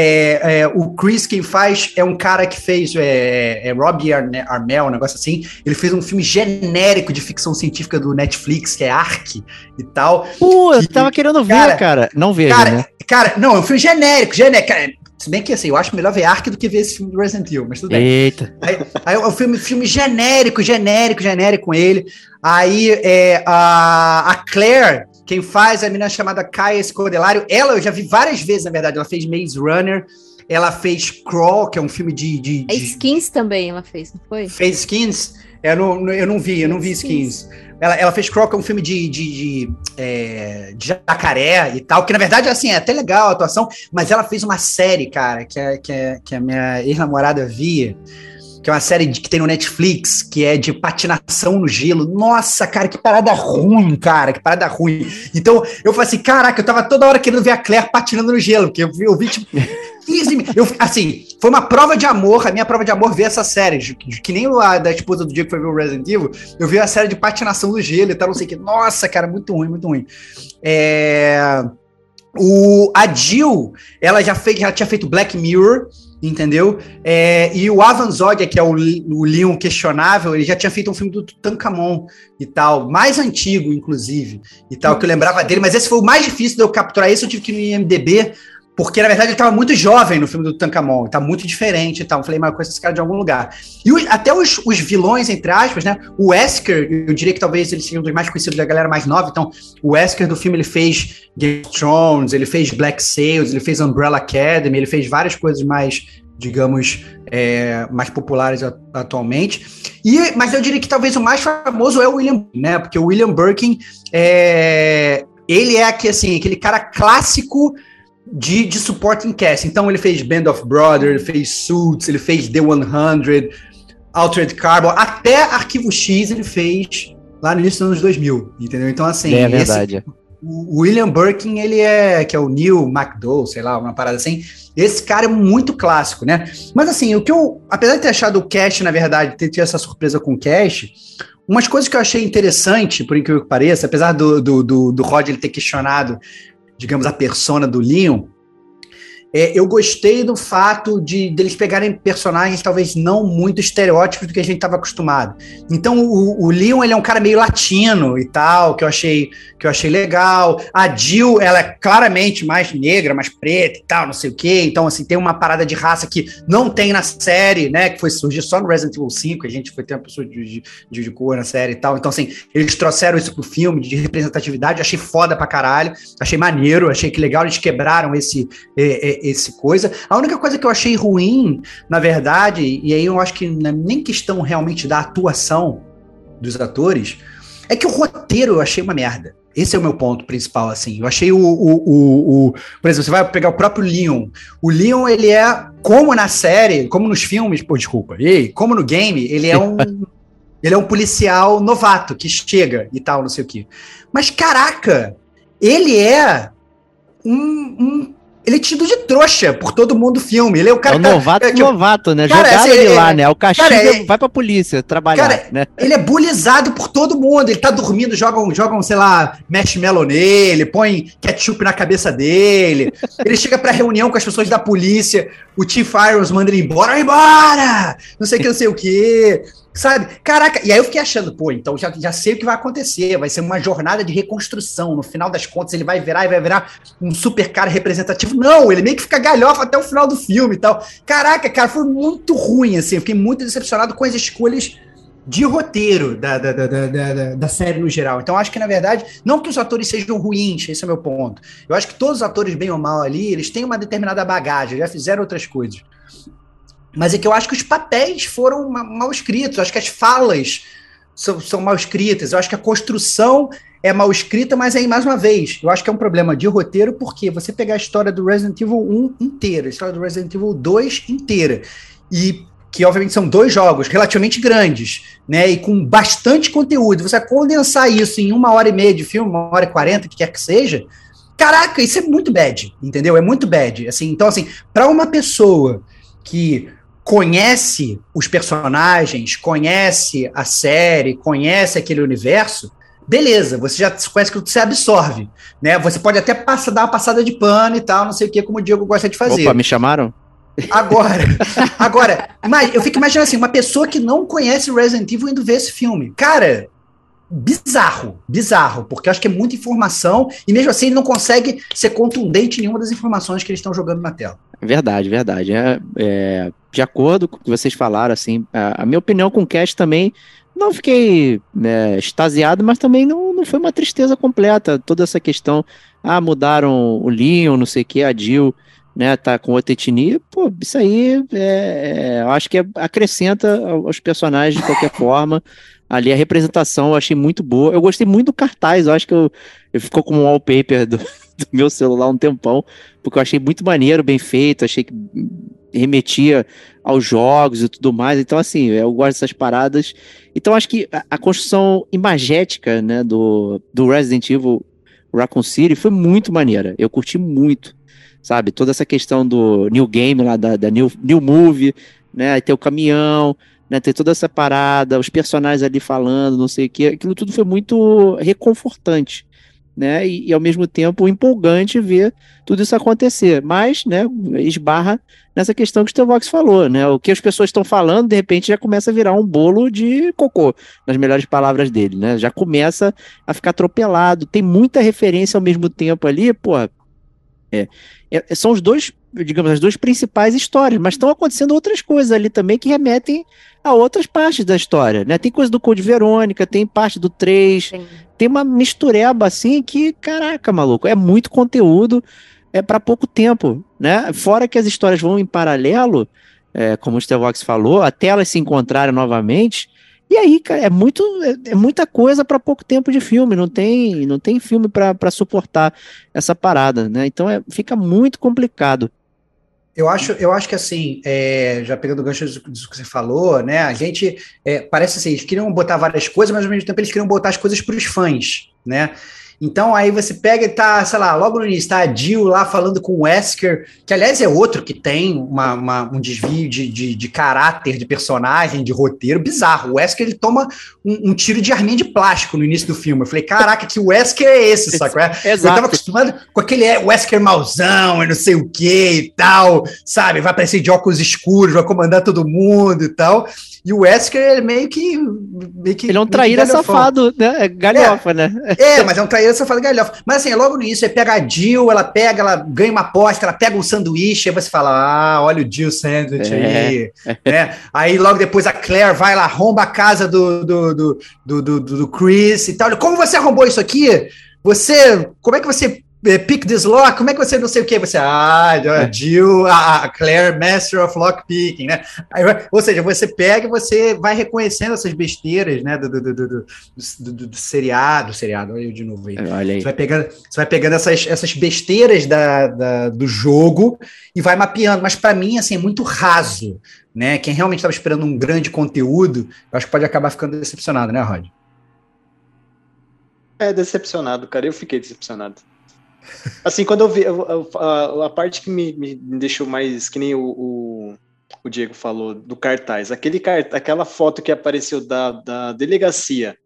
é, é, o Chris, quem faz, é um cara que fez é, é Robbie Arne- Armel, um negócio assim. Ele fez um filme genérico de ficção científica do Netflix, que é Ark e tal. Pô, eu E- tava querendo ver, cara, cara. Não vejo, Cara, né? cara, não, é um filme genérico, genérico. Cara, se bem que assim, eu acho melhor ver Ark do que ver esse filme do Resident Evil, mas tudo bem. Eita. Aí, aí é um filme, filme genérico, genérico, genérico com ele. Aí é, a, a Claire, quem faz é a menina chamada Kaia Scodelario. Ela eu já vi várias vezes, na verdade. Ela fez Maze Runner, ela fez Crawl, que é um filme de. de, A de Skins também ela fez, não foi? fez Skins. Eu não, eu não vi, eu não vi Skins. Ela, ela fez Croc, que é um filme de, de, de, é, de jacaré e tal, que na verdade assim, é até legal a atuação, mas ela fez uma série, cara, que, é, que, é, que a minha ex-namorada via, que é uma série de, que tem no Netflix, que é de patinação no gelo. Nossa, cara, que parada ruim, cara, que parada ruim. Então, eu falei assim, caraca, eu tava toda hora querendo ver a Claire patinando no gelo, porque eu vi, eu vi tipo, quinze minutos. Eu, assim, foi uma prova de amor, a minha prova de amor ver essa série, que, que nem a da esposa do dia que foi ver o Resident Evil, eu vi a série de patinação no gelo e tal, não sei o que. Nossa, cara, muito ruim, muito ruim. É... O, a Jill, ela já, fez, já tinha feito Black Mirror, entendeu? É, e o Avan Zoggia, que é o, o Leon questionável, ele já tinha feito um filme do Tutankhamon e tal, mais antigo, inclusive, e tal, que eu lembrava dele, mas esse foi o mais difícil de eu capturar esse, eu tive que ir no I M D B, porque, na verdade, ele estava muito jovem no filme do Tutankhamon, tá muito diferente e tal. Eu falei, mas eu conheço esse cara de algum lugar. E os, até os, os vilões, entre aspas, né? O Wesker, eu diria que talvez ele seja um dos mais conhecidos da galera mais nova. Então, o Wesker do filme, ele fez Game of Thrones, ele fez Black Sails, ele fez Umbrella Academy, ele fez várias coisas mais, digamos, é, mais populares atualmente. E, mas eu diria que talvez o mais famoso é o William, né? Porque o William Birkin, é, ele é aqui, assim, aquele cara clássico De, de supporting cast. Então ele fez Band of Brothers, ele fez Suits, ele fez The cem, Altered Carbon, até Arquivo X ele fez lá no início dos anos dois mil, entendeu? Então assim, É verdade. Esse, o William Birkin, ele é, que é o Neil McDowell, sei lá, uma parada assim, esse cara é muito clássico, né? Mas assim, o que eu, apesar de ter achado o cast, na verdade, ter tido essa surpresa com o cast, umas coisas que eu achei interessante, por incrível que pareça, apesar do, do, do, do Rod ele ter questionado, digamos, a persona do Leon, é, eu gostei do fato de deles pegarem personagens talvez não muito estereótipos do que a gente estava acostumado. Então o, o Leon, ele é um cara meio latino e tal, que eu achei, que eu achei legal. A Jill, ela é claramente mais negra, mais preta e tal, não sei o quê. Então, assim, tem uma parada de raça que não tem na série, né, que foi surgir só no Resident Evil cinco, a gente foi ter uma pessoa de, de, de cor na série e tal. Então, assim, eles trouxeram isso pro filme, de representatividade, achei foda pra caralho, achei maneiro, achei que legal, eles quebraram esse... É, é, esse coisa. A única coisa que eu achei ruim, na verdade, e aí eu acho que não é nem questão realmente da atuação dos atores, É que o roteiro eu achei uma merda. Esse é o meu ponto principal, assim. Eu achei o, o, o, o... Por exemplo, você vai pegar o próprio Leon. O Leon, ele é, como na série, como nos filmes... Pô, desculpa. E como no game, ele é um... ele é um policial novato que chega e tal, não sei o quê. Mas, caraca, ele é um... um ele é tido de trouxa por todo mundo do filme. Ele é o cara... É o novato é, tipo, novato, né? Cara, Jogaram esse, ele é, lá, né? O castigo cara, é, vai pra polícia trabalhar, cara, né? Ele é bulizado por todo mundo. Ele tá dormindo, jogam, jogam, sei lá, marshmallow nele, põe ketchup na cabeça dele. Ele chega pra reunião com as pessoas da polícia, o Chief Irons manda ele embora, vai embora! Não sei o que, não sei o que... Sabe? Caraca, e aí eu fiquei achando, pô, então já, já sei o que vai acontecer, vai ser uma jornada de reconstrução, no final das contas ele vai virar e vai virar um super cara representativo. Não, ele meio que fica galhofa até o final do filme e tal. Caraca, cara, foi muito ruim, assim, eu fiquei muito decepcionado com as escolhas de roteiro da, da, da, da, da, da série no geral. Então acho que, na verdade, não que os atores sejam ruins, esse é o meu ponto. Eu acho que todos os atores, bem ou mal ali, eles têm uma determinada bagagem, já fizeram outras coisas. Mas é que eu acho que os papéis foram mal escritos, eu acho que as falas são, são mal escritas, eu acho que a construção é mal escrita, mas aí, mais uma vez, eu acho que é um problema de roteiro, porque você pegar a história do Resident Evil um inteira, a história do Resident Evil dois inteira, e que obviamente são dois jogos relativamente grandes, né, e com bastante conteúdo, você vai condensar isso em uma hora e meia de filme, uma hora e quarenta, que quer que seja, caraca, isso é muito bad, entendeu? É muito bad, assim, então assim, para uma pessoa que conhece os personagens, conhece a série, conhece aquele universo, beleza, você já conhece que você absorve, né? Você pode até passar, dar uma passada de pano e tal, não sei o que, como o Diego gosta de fazer. Opa, me chamaram? Agora, agora, mas eu fico imaginando assim, uma pessoa que não conhece Resident Evil indo ver esse filme, cara, bizarro, bizarro, porque eu acho que é muita informação e mesmo assim ele não consegue ser contundente em nenhuma das informações que eles estão jogando na tela. Verdade, verdade. É, é, de acordo com o que vocês falaram, assim, a, a minha opinião com o cast também, não fiquei né, extasiado, mas também não, não foi uma tristeza completa, toda essa questão, ah, mudaram o Leon, não sei o que, a Jill, né, tá com outra etnia, pô, isso aí, é, é, eu acho que é, acrescenta aos personagens de qualquer forma. Ali a representação eu achei muito boa. Eu gostei muito do cartaz. Eu acho que eu, eu ficou como um wallpaper do, do meu celular um tempão, porque eu achei muito maneiro, bem feito. Achei que remetia aos jogos e tudo mais. Então, assim, eu gosto dessas paradas. Então, acho que a, a construção imagética, né, do, do Resident Evil Raccoon City foi muito maneira. Eu curti muito, sabe? Toda essa questão do New Game lá, da, da New, New Movie, né? Aí tem o caminhão, né, ter toda essa parada, os personagens ali falando, não sei o que, aquilo tudo foi muito reconfortante, né, e, e ao mesmo tempo empolgante ver tudo isso acontecer, mas, né, esbarra nessa questão que o Stevox falou, né, o que as pessoas estão falando, de repente já começa a virar um bolo de cocô, nas melhores palavras dele, né, já começa a ficar atropelado, tem muita referência ao mesmo tempo ali, pô, é, é, são os dois, digamos, as duas principais histórias, mas estão acontecendo outras coisas ali também que remetem a outras partes da história, né? Tem coisa do Code Verônica, tem parte do três, Sim. Tem uma mistureba assim que, caraca, maluco, é muito conteúdo, é para pouco tempo, né? Fora que as histórias vão em paralelo, é, como o Stevox falou, até elas se encontrarem novamente, e aí, cara, é, muito, é, é muita coisa para pouco tempo de filme, não tem, não tem filme para suportar essa parada, né? Então é, fica muito complicado. Eu acho, eu acho que assim, é, já pegando o gancho disso que você falou, né? A gente é, parece assim, eles queriam botar várias coisas, mas ao mesmo tempo eles queriam botar as coisas para os fãs, né? Então aí você pega e tá, sei lá, logo no início tá a Jill lá falando com o Wesker, que aliás é outro que tem uma, uma, um desvio de, de, de caráter, de personagem, de roteiro bizarro. O Wesker, ele toma um, um tiro de arminha de plástico no início do filme. Eu falei, caraca, que Wesker é esse, saco? É? Eu tava acostumado com aquele Wesker mauzão e não sei o que e tal, sabe? Vai aparecer de óculos escuros, vai comandar todo mundo e tal. E o Wesker, ele meio que... Meio que ele é um traíra safado, né? É galhofa, é, né? É, mas é um traíra safado galhofa. Mas assim, logo no início, ele pega a Jill, ela pega, ela ganha uma aposta, ela pega um sanduíche, aí você fala, ah, olha o Jill Sandwich é. aí. Né? Aí logo depois a Claire vai lá, arromba a casa do, do, do, do, do, do Chris e tal. Como você arrombou isso aqui? Você... Como é que você... pick this lock, como é que você não sei o que? Você, ah, a Jill, a Claire, Master of Lock Picking, né? Aí, ou seja, você pega e você vai reconhecendo essas besteiras, né, do, do, do, do, do, do, do seriado, seriado, olha eu de novo aí. Olha aí. Você vai pegando, você vai pegando essas, essas besteiras da, da, do jogo e vai mapeando, mas para mim, assim, é muito raso, né? Quem realmente estava esperando um grande conteúdo, eu acho que pode acabar ficando decepcionado, né, Rod? É, decepcionado, cara, eu fiquei decepcionado. Assim, quando eu vi a, a, a parte que me, me deixou mais, que nem o, o, o Diego falou, do cartaz, aquele cart, aquela foto que apareceu da, da delegacia,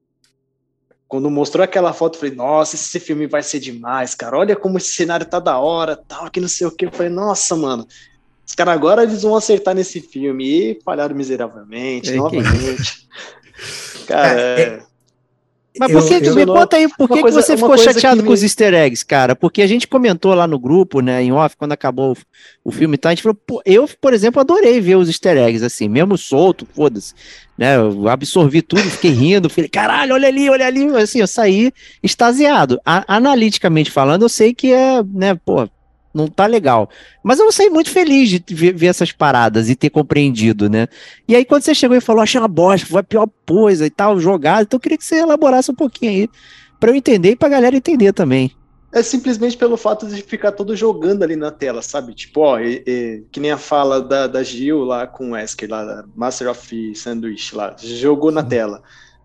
quando mostrou aquela foto, eu falei, nossa, esse filme vai ser demais, cara, olha como esse cenário tá da hora, tal, que não sei o que, eu falei, nossa, mano, os caras agora eles vão acertar nesse filme, e falharam miseravelmente, é, novamente. Que... Cara, é... é... Mas por que, eu, eu, me conta aí, por que, coisa, que você ficou chateado com me... os easter eggs, cara? Porque a gente comentou lá no grupo, né, em off, quando acabou o, o filme e tal, a gente falou, pô, eu, por exemplo, adorei ver os easter eggs, assim, mesmo solto, foda-se, né, eu absorvi tudo, fiquei rindo, falei, caralho, olha ali, olha ali, assim, eu saí extasiado. A, analiticamente falando, eu sei que é, né, pô, não tá legal. Mas eu saí muito feliz de ver, ver essas paradas e ter compreendido, né? E aí, quando você chegou e falou, achei uma bosta, foi a pior coisa e tal, jogado, então eu queria que você elaborasse um pouquinho aí, pra eu entender e pra galera entender também. É simplesmente pelo fato de ficar todo jogando ali na tela, sabe? Tipo, ó, e, e, que nem a fala da, da Jill lá com o Wesker, lá, da Master of Sandwich, lá, jogou na tela.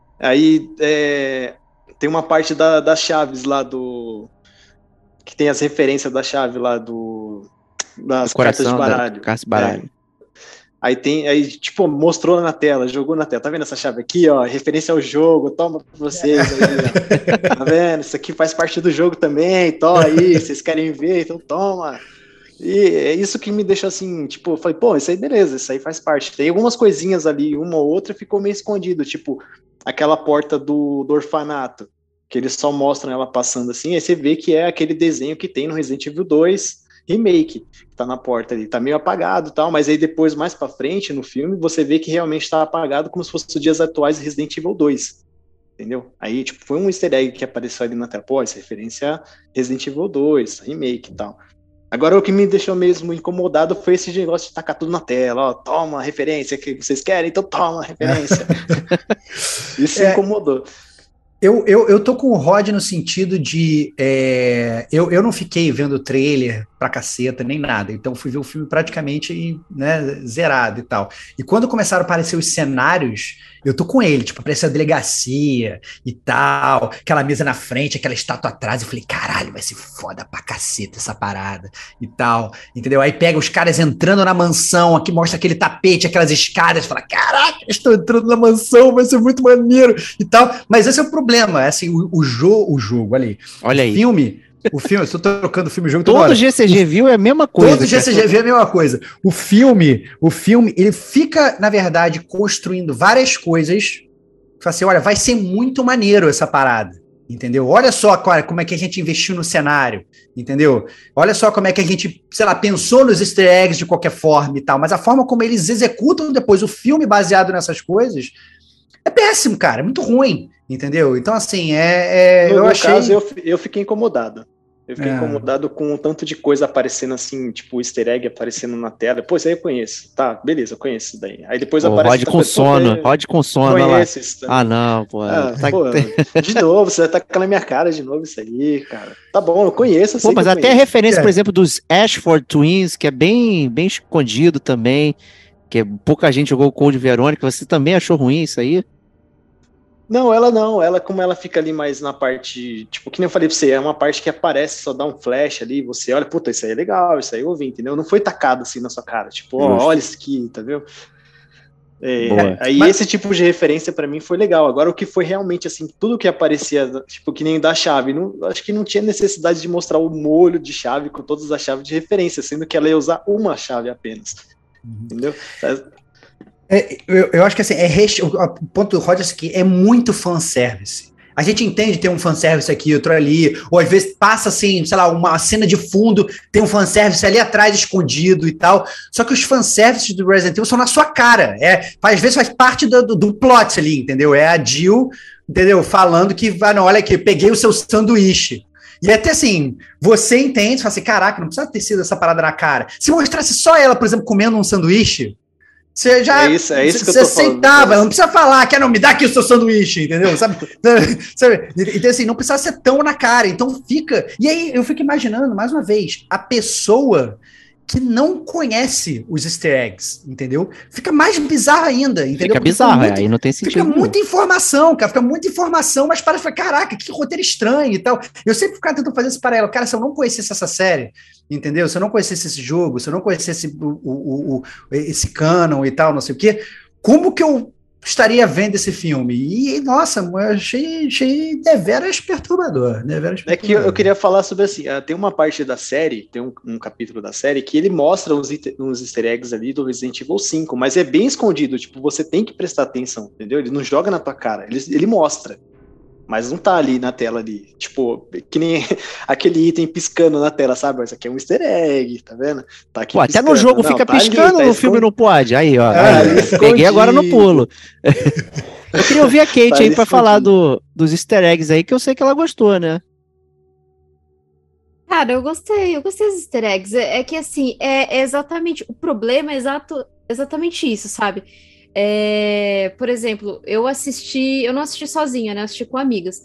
Aí, é, tem uma parte da, das chaves lá do... que tem as referências da chave lá do das cartas de baralho. Cartas de baralho. É. Aí tem, aí tipo, mostrou na tela, jogou na tela. Tá vendo essa chave aqui, ó? Referência ao jogo, toma pra vocês aí, ó. Tá vendo? Isso aqui faz parte do jogo também, tó aí, vocês querem ver, então toma. E é isso que me deixou assim, tipo, eu falei, pô, isso aí beleza, isso aí faz parte. Tem algumas coisinhas ali, uma ou outra ficou meio escondido, tipo, aquela porta do, do orfanato, que eles só mostram ela passando assim, aí você vê que é aquele desenho que tem no Resident Evil dois Remake, que tá na porta ali, tá meio apagado e tal, mas aí depois, mais pra frente, no filme, você vê que realmente tá apagado como se fosse os dias atuais de Resident Evil dois, entendeu? Aí, tipo, foi um easter egg que apareceu ali na tela, pô, essa referência a Resident Evil dois, Remake e tal. Agora, o que me deixou mesmo incomodado foi esse negócio de tacar tudo na tela, ó, toma a referência que vocês querem, então toma a referência. Isso é... incomodou. Eu, eu, eu tô com o Rod no sentido de... É, eu, eu não fiquei vendo o trailer pra caceta, nem nada. Então fui ver o filme praticamente, né, zerado e tal. E quando começaram a aparecer os cenários, eu tô com ele. Tipo, apareceu a delegacia e tal. Aquela mesa na frente, aquela estátua atrás. Eu falei, caralho, vai ser foda pra caceta essa parada e tal. Entendeu? Aí pega os caras entrando na mansão, aqui mostra aquele tapete, aquelas escadas. Fala, caraca, estou entrando na mansão, vai ser muito maneiro e tal. Mas esse é o problema. Assim, o, o, jo, o jogo, olha aí. Olha aí. O filme, o filme, eu estou trocando o filme e o jogo toda hora. Todo G C G View é a mesma coisa. Todo G C G View é a mesma coisa. O filme, o filme, ele fica, na verdade, construindo várias coisas. Fala assim, olha, vai ser muito maneiro essa parada. Entendeu? Olha só, cara, como é que a gente investiu no cenário, entendeu? Olha só como é que a gente, sei lá, pensou nos easter eggs de qualquer forma e tal, mas a forma como eles executam depois o filme baseado nessas coisas é péssimo, cara, é muito ruim, entendeu? Então, assim, é... é no eu meu achei... caso, eu, eu fiquei incomodado. Eu fiquei é. incomodado com um tanto de coisa aparecendo assim, tipo easter egg aparecendo na tela. Pô, isso aí eu conheço. Tá, beleza, eu conheço isso daí. Aí depois pô, aparece... Rod com sono, Rod com sono, olha lá. Isso também. Ah, não, pô. Ah, tá... pô de novo, você tá com na minha cara de novo isso aí, cara. Tá bom, eu conheço. Eu pô, sei mas eu até conheço. a referência, é. por exemplo, dos Ashford Twins, que é bem, bem escondido também, que pouca gente jogou o Code Verônica, você também achou ruim isso aí? Não, ela não, ela como ela fica ali mais na parte, tipo, que nem eu falei pra você, é uma parte que aparece, só dá um flash ali, você olha, puta, isso aí é legal, isso aí eu ouvi, entendeu? Não foi tacado assim na sua cara, tipo, ó, olha isso aqui, tá vendo? É, aí Mas... esse tipo de referência pra mim foi legal, agora o que foi realmente assim, tudo que aparecia, tipo, que nem da chave, não, acho que não tinha necessidade de mostrar o molho de chave com todas as chaves de referência, sendo que ela ia usar uma chave apenas, uhum. Entendeu? É, eu, eu acho que assim, é rest... o ponto do Rod é que é muito fanservice. A gente entende ter um fanservice aqui, outro ali, ou às vezes passa assim, sei lá, uma cena de fundo, tem um fanservice ali atrás escondido e tal, só que os fanservices do Resident Evil são na sua cara, é, às vezes faz parte do, do, do plot ali, entendeu? É a Jill, entendeu? Falando que, ah, não, olha aqui, peguei o seu sanduíche. E até assim, você entende, você fala assim, caraca, não precisa ter sido essa parada na cara. Se mostrasse só ela, por exemplo, comendo um sanduíche, você já É isso, é isso que eu você tô aceitava, falando. ela não precisa falar que não me dá aqui o seu sanduíche, entendeu? Sabe? Sabe? Então assim, não precisa ser tão na cara, então fica. E aí eu fico imaginando, mais uma vez, a pessoa que não conhece os easter eggs, entendeu? Fica mais bizarro ainda, entendeu? Fica Porque bizarro, muito- aí não tem sentido. Fica nenhum. muita informação, cara. Fica muita informação, mas para ficar, caraca, que roteiro estranho e tal. Eu sempre ficava tentando fazer isso para ela. Cara, se eu não conhecesse essa série, entendeu? Se eu não conhecesse esse jogo, se eu não conhecesse o, o, o, esse canon e tal, não sei o quê, como que eu estaria vendo esse filme? E, nossa, eu achei, achei deveras perturbador. Deveras É que eu, eu queria falar sobre assim, ah, tem uma parte da série, tem um, um capítulo da série que ele mostra uns, ite- uns easter eggs ali do Resident Evil cinco, mas é bem escondido, tipo, você tem que prestar atenção, entendeu? Ele não joga na tua cara, ele, ele mostra, mas não tá ali na tela ali, tipo, que nem aquele item piscando na tela, sabe? Isso aqui é um easter egg, tá vendo? Tá aqui Pô, até piscando. no jogo Não, fica tá ali, piscando, tá no filme não pode. Aí, ó. Ah, aí, ali ó. Peguei agora no escondido. pulo. Eu queria ouvir a Kate Tá aí ali pra falar escondido. do, dos easter eggs aí, que eu sei que ela gostou, né? Cara, eu gostei, eu gostei dos easter eggs. É, é que assim, é, é exatamente. O problema é exato, exatamente isso, sabe? É, por exemplo, eu assisti, eu não assisti sozinha, né? Eu assisti com amigas.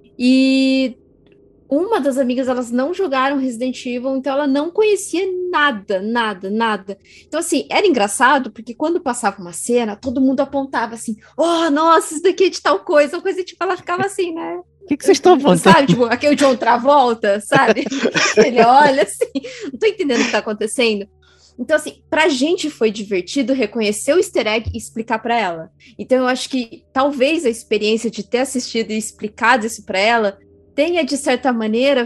E uma das amigas, elas não jogaram Resident Evil, então ela não conhecia nada, nada, nada. Então, assim, era engraçado, porque quando passava uma cena, todo mundo apontava assim, oh, nossa, isso daqui é de tal coisa, uma coisa, tipo, ela ficava assim, né? O que, que vocês estão apontando? Sabe, tipo, aquele John Travolta, sabe? Ele olha assim, não tô entendendo o que tá acontecendo. Então, assim, pra gente foi divertido reconhecer o easter egg e explicar pra ela. Então, eu acho que talvez a experiência de ter assistido e explicado isso pra ela tenha, de certa maneira,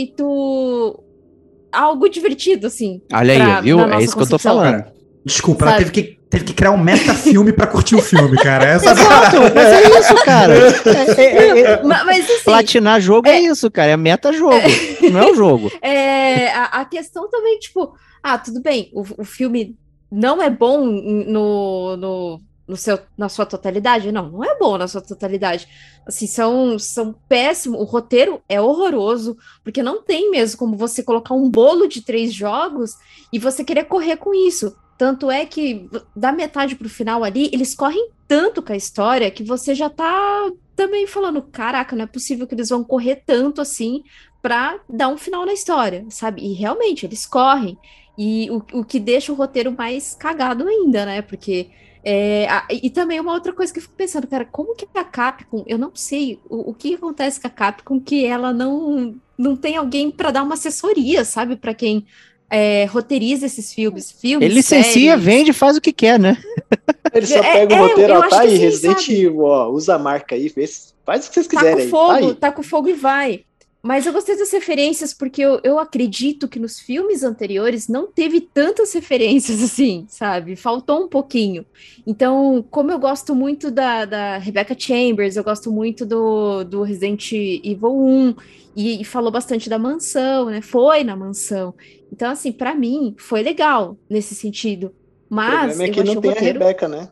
feito algo divertido, assim. Olha aí, pra- viu? na É nossa isso que eu tô concepção. falando. Cara, desculpa, ela Sabe? teve que, teve que criar um metafilme pra curtir o filme, cara. Essa Exato, mas é isso, cara. É- é- é- Ma- Mas, assim, platinar jogo é, isso, cara. É meta-jogo. Não é o jogo. É, a, a questão também, tipo, ah, tudo bem, o, o filme não é bom no, no, no seu, na sua totalidade? Não, não é bom na sua totalidade. Assim, são, são péssimos, o roteiro é horroroso, porque não tem mesmo como você colocar um bolo de três jogos e você querer correr com isso. Tanto é que, da metade pro final ali, eles correm tanto com a história que você já tá também falando, caraca, não é possível que eles vão correr tanto assim pra dar um final na história, sabe? E realmente, eles correm. E o, o que deixa o roteiro mais cagado ainda, né? Porque. É, a- e também uma outra coisa que eu fico pensando, cara, como que a Capcom, eu não sei o, o que acontece com a Capcom que ela não, não tem alguém pra dar uma assessoria, sabe? Pra quem é, roteiriza esses filmes, filmes, Ele licencia, séries. vende e faz o que quer, né? Ele só É, pega é, o roteiro, eu ó, acho tá que aí, sim, Resident sabe? Evil, ó, usa a marca aí, fez, faz o que vocês Taca quiserem o aí, fogo, tá aí. taca o fogo e vai. Mas eu gostei das referências porque eu, eu acredito que nos filmes anteriores não teve tantas referências assim, sabe? Faltou um pouquinho. Então, como eu gosto muito da, da Rebecca Chambers, eu gosto muito do, do Resident Evil um, e, e falou bastante da mansão, né? Foi na mansão. Então, assim, pra mim, foi legal nesse sentido. O Mas problema é eu que achei não o tem a roteiro... Rebeca, né?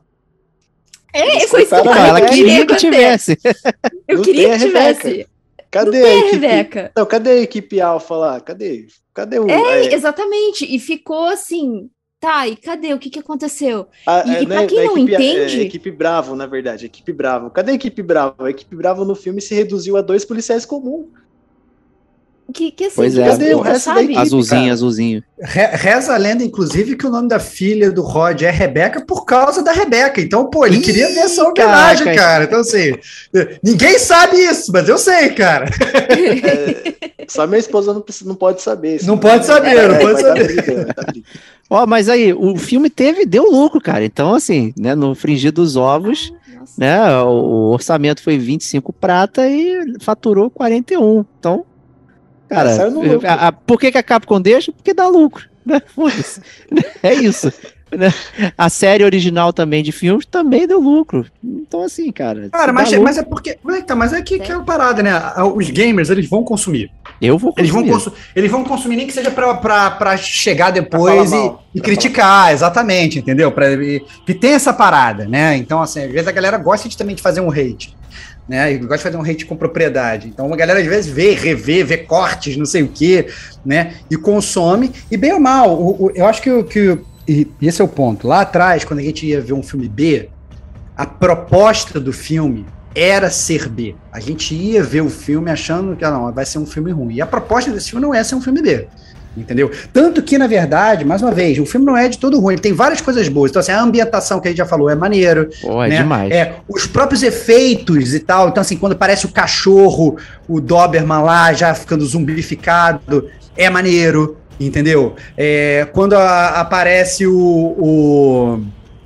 É, Eles foi isso que eu cortaram Não, a ela eu Rebeca. queria que ter. tivesse. Eu Não queria tem a que tivesse. Rebeca. Cadê Não tem a a equipe? Rebeca. Não, cadê a equipe Alpha lá? Cadê? Cadê o. É, é, exatamente. E ficou assim, tá, e cadê? O que que aconteceu? a- E, é, e pra né, quem da não equipe, é, entende, equipe Bravo, na verdade. Equipe Bravo. Cadê a equipe Bravo? A equipe Bravo no filme se reduziu a dois policiais comuns. que, que assim, Pois que é, Cadê o explica, resto da sabe? equipe? Azulzinho, cara. azulzinho. Re- Reza a lenda, inclusive, que o nome da filha do Rod é Rebeca por causa da Rebeca. Então, pô, ele Ih, queria ver essa homenagem, caraca. cara. Então, assim, ninguém sabe isso, mas eu sei, cara. É, só minha esposa não, precisa, não pode saber. Não pode saber, não pode vai dar saber. briga, vai dar briga. Ó, mas aí, o filme teve, deu lucro, cara. Então, assim, né, no frigir dos ovos, Nossa. né, o, o orçamento foi vinte e cinco prata e faturou quarenta e um. Então, cara, É, saiu no lucro. a, a- por que, que a Capcom deixa? Porque dá lucro, né? Foda-se. É isso. Né? A série original também de filmes também deu lucro. Então, assim, cara. Cara, se dá mas, lucro, mas é porque. Mas é, que tá, mas é que, que é uma parada, né? Os gamers, eles vão consumir. eu vou Eles vão, consumir. consu- eles vão consumir nem que seja pra, pra, pra chegar Pra depois falar e, mal, e pra criticar, exatamente, entendeu? Pra, e, que tem essa parada, né? Então, assim, às vezes a galera gosta de, também de fazer um hate. né? Eu gosto de fazer um hate com propriedade. Então, uma galera às vezes vê, revê, vê cortes, não sei o quê, né? E consome. E bem ou mal, o, o, eu acho que, que e esse é o ponto. Lá atrás, quando a gente ia ver um filme B, a proposta do filme era ser B. A gente ia ver o filme achando que ah, não, vai ser um filme ruim. E a proposta desse filme não é ser um filme B. Entendeu? Tanto que, na verdade, mais uma vez, o filme não é de todo ruim, ele tem várias coisas boas. Então, assim, a ambientação que a gente já falou é maneiro. Pô, é né? demais. É, os próprios efeitos e tal. Então, assim, quando aparece o cachorro, o Doberman lá já ficando zumbificado, é maneiro, entendeu? É, quando a, aparece o... o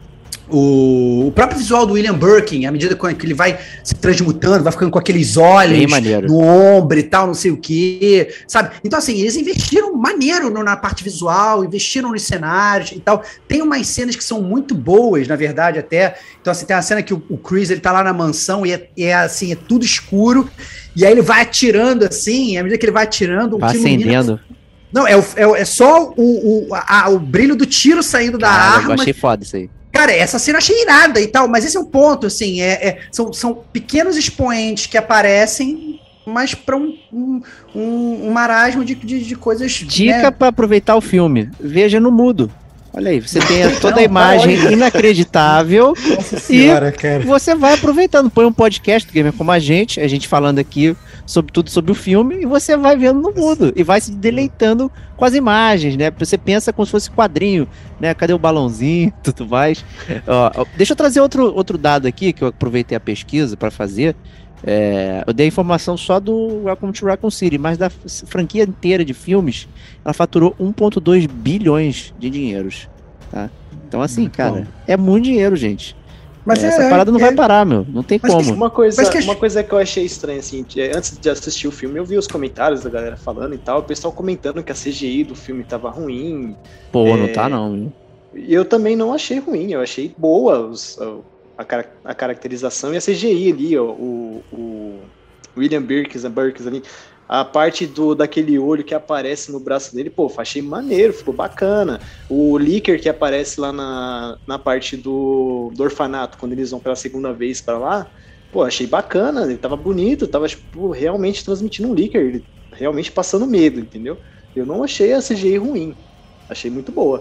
O, o próprio visual do William Birkin, à medida que ele vai se transmutando, vai ficando com aqueles olhos no ombro e tal, não sei o que, sabe? Então, assim, eles investiram maneiro no, na parte visual, investiram nos cenários e tal. Tem umas cenas que são muito boas, na verdade, até. Então, assim, tem uma cena que o, o Chris, ele tá lá na mansão e é, é, assim, é tudo escuro, e aí ele vai atirando, assim, à medida que ele vai atirando... Vai acendendo. Não, é, o, é, é só o, o, a, o brilho do tiro saindo da Cara, arma. Eu achei foda isso aí. Cara, essa cena eu achei irada e tal, mas esse é um ponto, assim, é, é, são, são pequenos expoentes que aparecem, mas para um, um, um, um marasmo de, de, de coisas... Dica, né? para aproveitar o filme, veja no mudo. Olha aí, você tem toda Não, a imagem olha. Inacreditável. Nossa senhora, e cara. Você vai aproveitando, põe um podcast do Gamer como a gente, a gente falando aqui sobre tudo sobre o filme, e você vai vendo no mudo, e vai se deleitando com as imagens, né? Você pensa como se fosse quadrinho, né? Cadê o balãozinho, tudo mais. Ó, deixa eu trazer outro, outro dado aqui, que eu aproveitei a pesquisa para fazer. É, eu dei a informação só do Welcome to Raccoon City, mas da franquia inteira de filmes, ela faturou um vírgula dois bilhões de dinheiros, tá? Então assim, muito cara, bom. É muito dinheiro, gente. Mas é, essa é, parada não é, vai parar, meu, não tem como. Que, uma, coisa, que... uma coisa que eu achei estranha, assim, antes de assistir o filme, eu vi os comentários da galera falando e tal, o pessoal comentando que a C G I do filme tava ruim. Pô, é... não tá não, viu? E eu também não achei ruim, eu achei boa os... A, car- a caracterização e a C G I ali, ó, o, o William Birkin, a Birkin ali, a parte do, daquele olho que aparece no braço dele, pô, achei maneiro, ficou bacana. O Licker que aparece lá na, na parte do, do orfanato, quando eles vão pela segunda vez pra lá, pô, achei bacana, ele tava bonito, tava tipo, realmente transmitindo um Licker, ele realmente passando medo, entendeu? Eu não achei a C G I ruim, achei muito boa.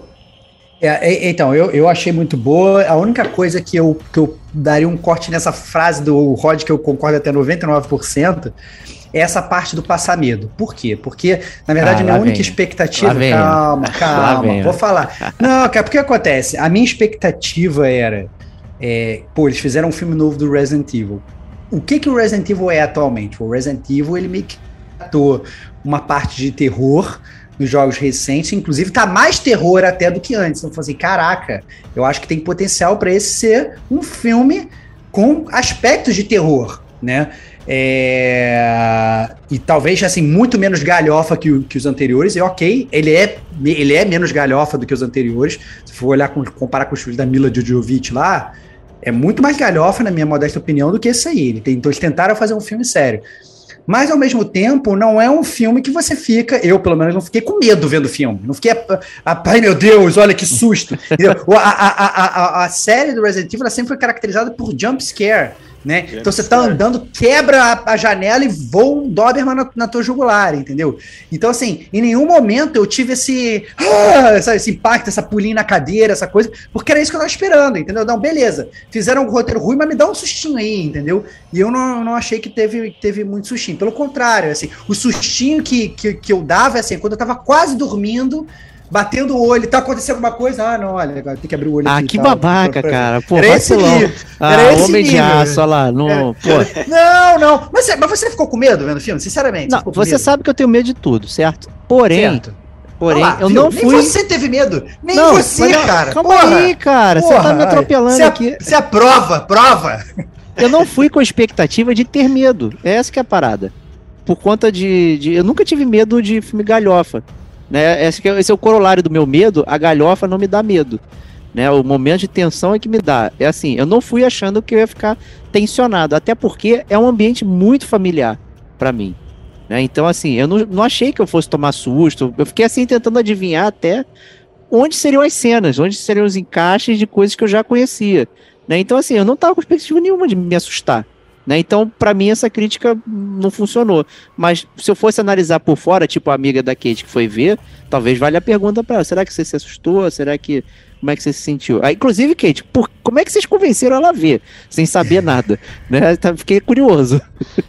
É, então, eu, eu achei muito boa. A única coisa que eu, que eu daria um corte nessa frase do Rod, que eu concordo até noventa e nove por cento, é essa parte do passar medo. Por quê? Porque, na verdade, ah, a minha única vem. expectativa... Vem. Calma, calma, vou falar. Não, cara, porque acontece? A minha expectativa era... É, pô, eles fizeram um filme novo do Resident Evil. O que, que o Resident Evil é atualmente? O Resident Evil, ele meio que tratou uma parte de terror... nos jogos recentes, inclusive tá mais terror até do que antes. Então eu falei assim, caraca, eu acho que tem potencial para esse ser um filme com aspectos de terror, né? É... E talvez assim, muito menos galhofa que, o, que os anteriores, e ok, ele é, ele é menos galhofa do que os anteriores. Se for olhar, com, comparar com os filmes da Mila Jovovich lá, é muito mais galhofa, na minha modesta opinião, do que esse aí. Ele tem, então eles tentaram fazer um filme sério. Mas, ao mesmo tempo, não é um filme que você fica... Eu, pelo menos, não fiquei com medo vendo o filme. Não fiquei... Ai, meu Deus, olha que susto. a, a, a, a, a série do Resident Evil ela sempre foi caracterizada por jump scare. Né? Jump então você tá scare. andando, quebra a, a janela e voa um Doberman na, na tua jugular, entendeu? Então, assim, em nenhum momento eu tive esse... Ah, sabe, esse impacto, essa pulinha na cadeira, essa coisa, porque era isso que eu tava esperando, entendeu? Não, beleza. Fizeram um roteiro ruim, mas me dá um sustinho aí, entendeu? E eu não, não achei que teve, teve muito sustinho. Pelo contrário, assim, o sustinho que, que, que eu dava, assim, quando eu tava quase dormindo, batendo o olho, tá acontecendo alguma coisa, ah, não, olha, agora tem que abrir o olho ah, aqui. Ah, que tal, babaca, pra, pra... cara. Pô, era esse nível. Ah, era esse homem nível. de aço, olha lá. No, é. pô. Não, não. Mas, mas você ficou com medo vendo o filme? Sinceramente. Não, você você sabe que eu tenho medo de tudo, certo? Porém, certo. porém, lá, eu viu? não fui... Nem você teve medo. Nem não, você, não, cara. Calma porra, aí, cara. Porra, você tá me atropelando você aqui. Você aprova, prova. Eu não fui com a expectativa de ter medo. Essa que é a parada. Por conta de... de eu nunca tive medo de filme galhofa. Né? Esse, esse é o corolário do meu medo. A galhofa não me dá medo, né? O momento de tensão é que me dá. É assim, eu não fui achando que eu ia ficar tensionado, até porque é um ambiente muito familiar pra mim, né? Então assim, eu não, não achei que eu fosse tomar susto. Eu fiquei assim tentando adivinhar até onde seriam as cenas, onde seriam os encaixes de coisas que eu já conhecia, né? Então assim, eu não tava com expectativa nenhuma de me assustar, Né? Então, pra mim, essa crítica não funcionou. Mas se eu fosse analisar por fora, tipo a amiga da Kate que foi ver, talvez valha a pergunta pra ela. Será que você se assustou? Será que... Como é que você se sentiu? Ah, inclusive, Kate, por... como é que vocês convenceram ela a ver? Sem saber nada. Né? Fiquei curioso.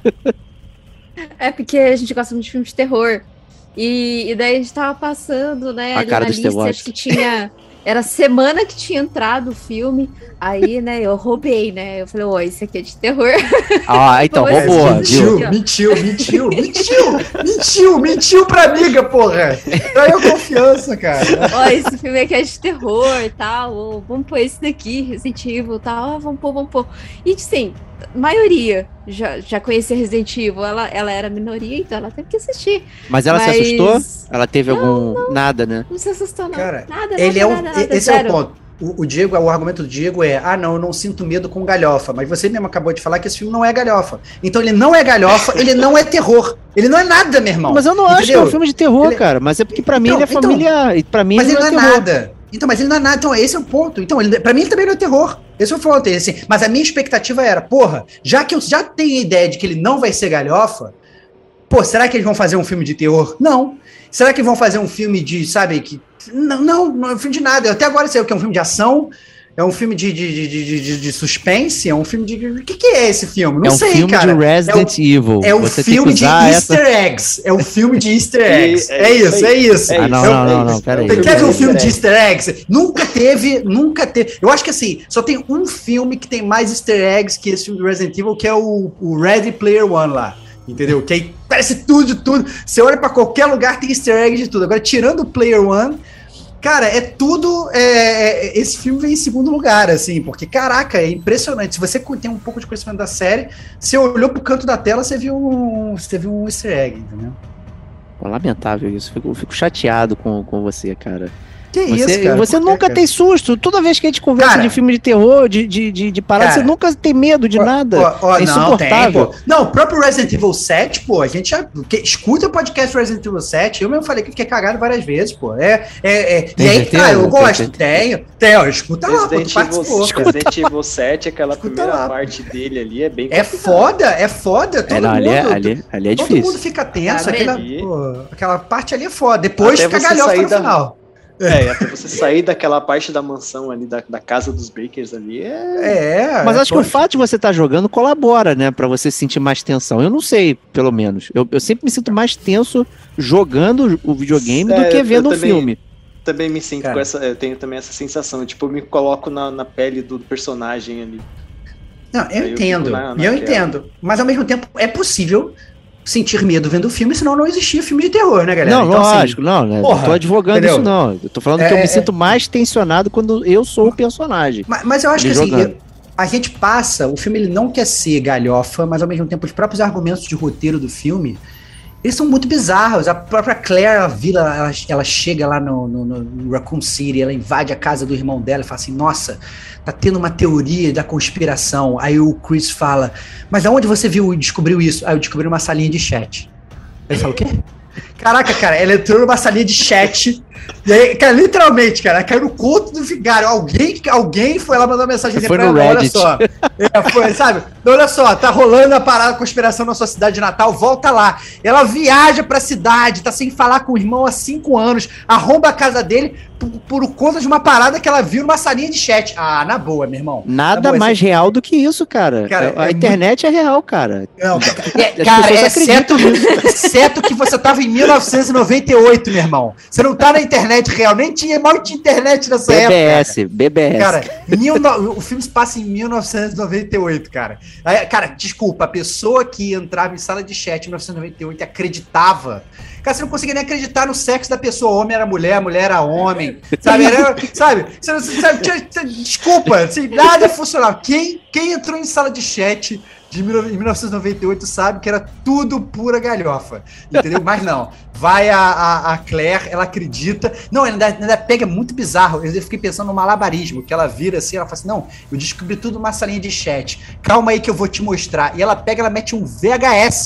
É porque a gente gosta muito de filme de terror. E, e daí a gente tava passando, né, A ali cara na dos lista, acho que tinha... Era semana que tinha entrado o filme, aí, né, eu roubei, né? Eu falei, ó, esse aqui é de terror. Ah, então, Pô, esse roubou, Mentiu, viu? mentiu, mentiu, mentiu, mentiu, mentiu pra amiga, porra. Traiu confiança, cara. Ó, esse filme aqui é de terror e tal, ou, vamos pôr esse daqui, Resident Evil e tal, ah, vamos pôr, vamos pôr. E, assim, maioria já, já conhecia Resident Evil, ela, ela era minoria, então ela teve que assistir. Mas ela Mas- se assustou? Ela teve Não, algum... Nada, né? Não se assustou, não. Cara, nada, ele nada, é o, nada, nada, esse é o zero. ponto. O, o Diego, o argumento do Diego é: ah, não, eu não sinto medo com galhofa. Mas você mesmo acabou de falar que esse filme não é galhofa. Então ele não é galhofa, ele não é terror. Ele não é nada, meu irmão. Mas eu não acho que é um Entendeu? filme de terror, Ele- cara. Mas é porque pra mim Então, ele é então- familiar. E pra mim Mas ele não é terror. nada. Então, mas ele não é nada. Então, esse é o ponto. Então, ele, pra mim, ele também não é terror. Esse é o ponto. Assim, mas a minha expectativa era, porra, já que eu já tenho a ideia de que ele não vai ser galhofa, pô, será que eles vão fazer um filme de terror? Não. Será que vão fazer um filme de, sabe, que... Não, não, não é um filme de nada. Eu até agora sei o que é um filme de ação, é um filme de, de, de, de, de- de suspense, é um filme de... O que, que é esse filme? Não É um sei, filme cara. de Resident Evil. É o Você filme tem que de usar Easter essa... eggs. É o filme de Easter eggs. E- É, isso, é isso. é Ah, não, isso, não, é não, isso. não, peraí. Você quer ver um Easter filme de egg. easter eggs? Nunca teve, nunca teve. Eu acho que assim, só tem um filme que tem mais easter eggs que esse filme do Resident Evil, que é o, o Ready Player One lá. Entendeu? Que aí parece tudo de tudo. Você olha pra qualquer lugar, tem easter egg de tudo. Agora, tirando o Player One, cara, é tudo. é, é, esse filme vem em segundo lugar, assim, porque, caraca, é impressionante. Se você tem um pouco de conhecimento da série, você olhou pro canto da tela, você viu um, você viu um easter egg, entendeu? Pô, lamentável isso. Fico, fico chateado com, com você, cara. Que Você, isso, cara? você Por quê, nunca cara? tem susto. Toda vez que a gente conversa Cara, de filme de terror, de, de, de, de parada, cara, você nunca tem medo de Ó, nada. ó, ó, é não, tem, insuportável. pô. Não, o próprio Resident Evil sete, pô, a gente já. Que, escuta o podcast Resident Evil sete, eu mesmo falei que fiquei cagado várias vezes, pô. É, é, é, Tem e aí, certeza? cara, eu Tem gosto. certeza? Tenho, tenho, escuta lá, pô, tu Resident participou. Evil, Resident Evil sete, aquela Escuta primeira lá. parte dele ali é bem É foda, é foda. Todo É, não, ali, mundo, é, ali, ali é todo difícil. mundo fica tenso. Ah, Aquela, ali- pô, aquela parte ali é foda. Depois Até fica você galhofa sair no da- final. É, até você sair daquela parte da mansão ali, da, da casa dos Bakers ali, é... É. Mas é, acho que pô, o fato de você estar jogando colabora, né? Pra você sentir mais tensão. Eu não sei, pelo menos. Eu, eu sempre me sinto mais tenso jogando o videogame É, do que eu vendo um também- filme. Também me sinto Cara. com essa... Eu tenho também essa sensação, tipo, eu me coloco na, na pele do personagem ali. Não, eu Aí eu entendo. fico na- E eu naquela. entendo. Mas ao mesmo tempo é possível sentir medo vendo o filme, senão não existia filme de terror, né, galera? Não, Então, assim, lógico, não, né? porra, não tô advogando entendeu? isso, não. Eu tô falando É, que eu me é, sinto mais tensionado quando eu sou o personagem. Mas, mas eu acho Ele que assim, jogando. eu- a gente passa, o filme ele não quer ser galhofa, mas ao mesmo tempo os próprios argumentos de roteiro do filme, eles são muito bizarros. A própria Claire, a vila, ela, ela chega lá no, no, no Raccoon City, ela invade a casa do irmão dela e fala assim, nossa, tá tendo uma teoria da conspiração. Aí o Chris fala, mas aonde você viu e descobriu isso? Aí eu descobri numa salinha de chat. Ele fala, o quê? Caraca, cara, ela entrou numa salinha de chat. E aí, cara, literalmente, cara, ela caiu no conto do vigário. Alguém, alguém foi lá mandar uma mensagem Foi pra no ela, olha Reddit. só. É, foi, sabe? Então, olha só, tá rolando a parada da conspiração na sua cidade de Natal, volta lá. Ela viaja pra cidade, tá sem falar com o irmão há cinco anos, arromba a casa dele por, por conta de uma parada que ela viu numa salinha de chat. Ah, na boa, meu irmão. Nada Na boa, mais esse- real do que isso, cara. Cara, a é internet é real, cara. Não, é, As cara, pessoas exceto, acreditam exceto que você tava em mil novecentos e noventa e oito, meu irmão. Você não tá na internet real, nem tinha, mal tinha internet nessa época. B B S, B B S. Cara, mil no- o filme se passa em mil novecentos e noventa e oito, cara. Aí, cara, desculpa, a pessoa que entrava em sala de chat em mil novecentos e noventa e oito e acreditava. Cara, você não conseguia nem acreditar no sexo da pessoa. Homem era mulher, mulher era homem. Sabe? Era, sabe? Você não- sabe? Tinha- tinha- Desculpa, assim, nada funcionava. Quem, quem entrou em sala de chat de mil novecentos e noventa e oito sabe que era tudo pura galhofa. Entendeu? Mas não. Vai a, a, a Claire, ela acredita. Não, ainda, ainda pega muito bizarro. Eu fiquei pensando no malabarismo, que ela vira assim, ela fala assim: não, eu descobri tudo numa salinha de chat. Calma aí que eu vou te mostrar. E ela pega, ela mete um V H S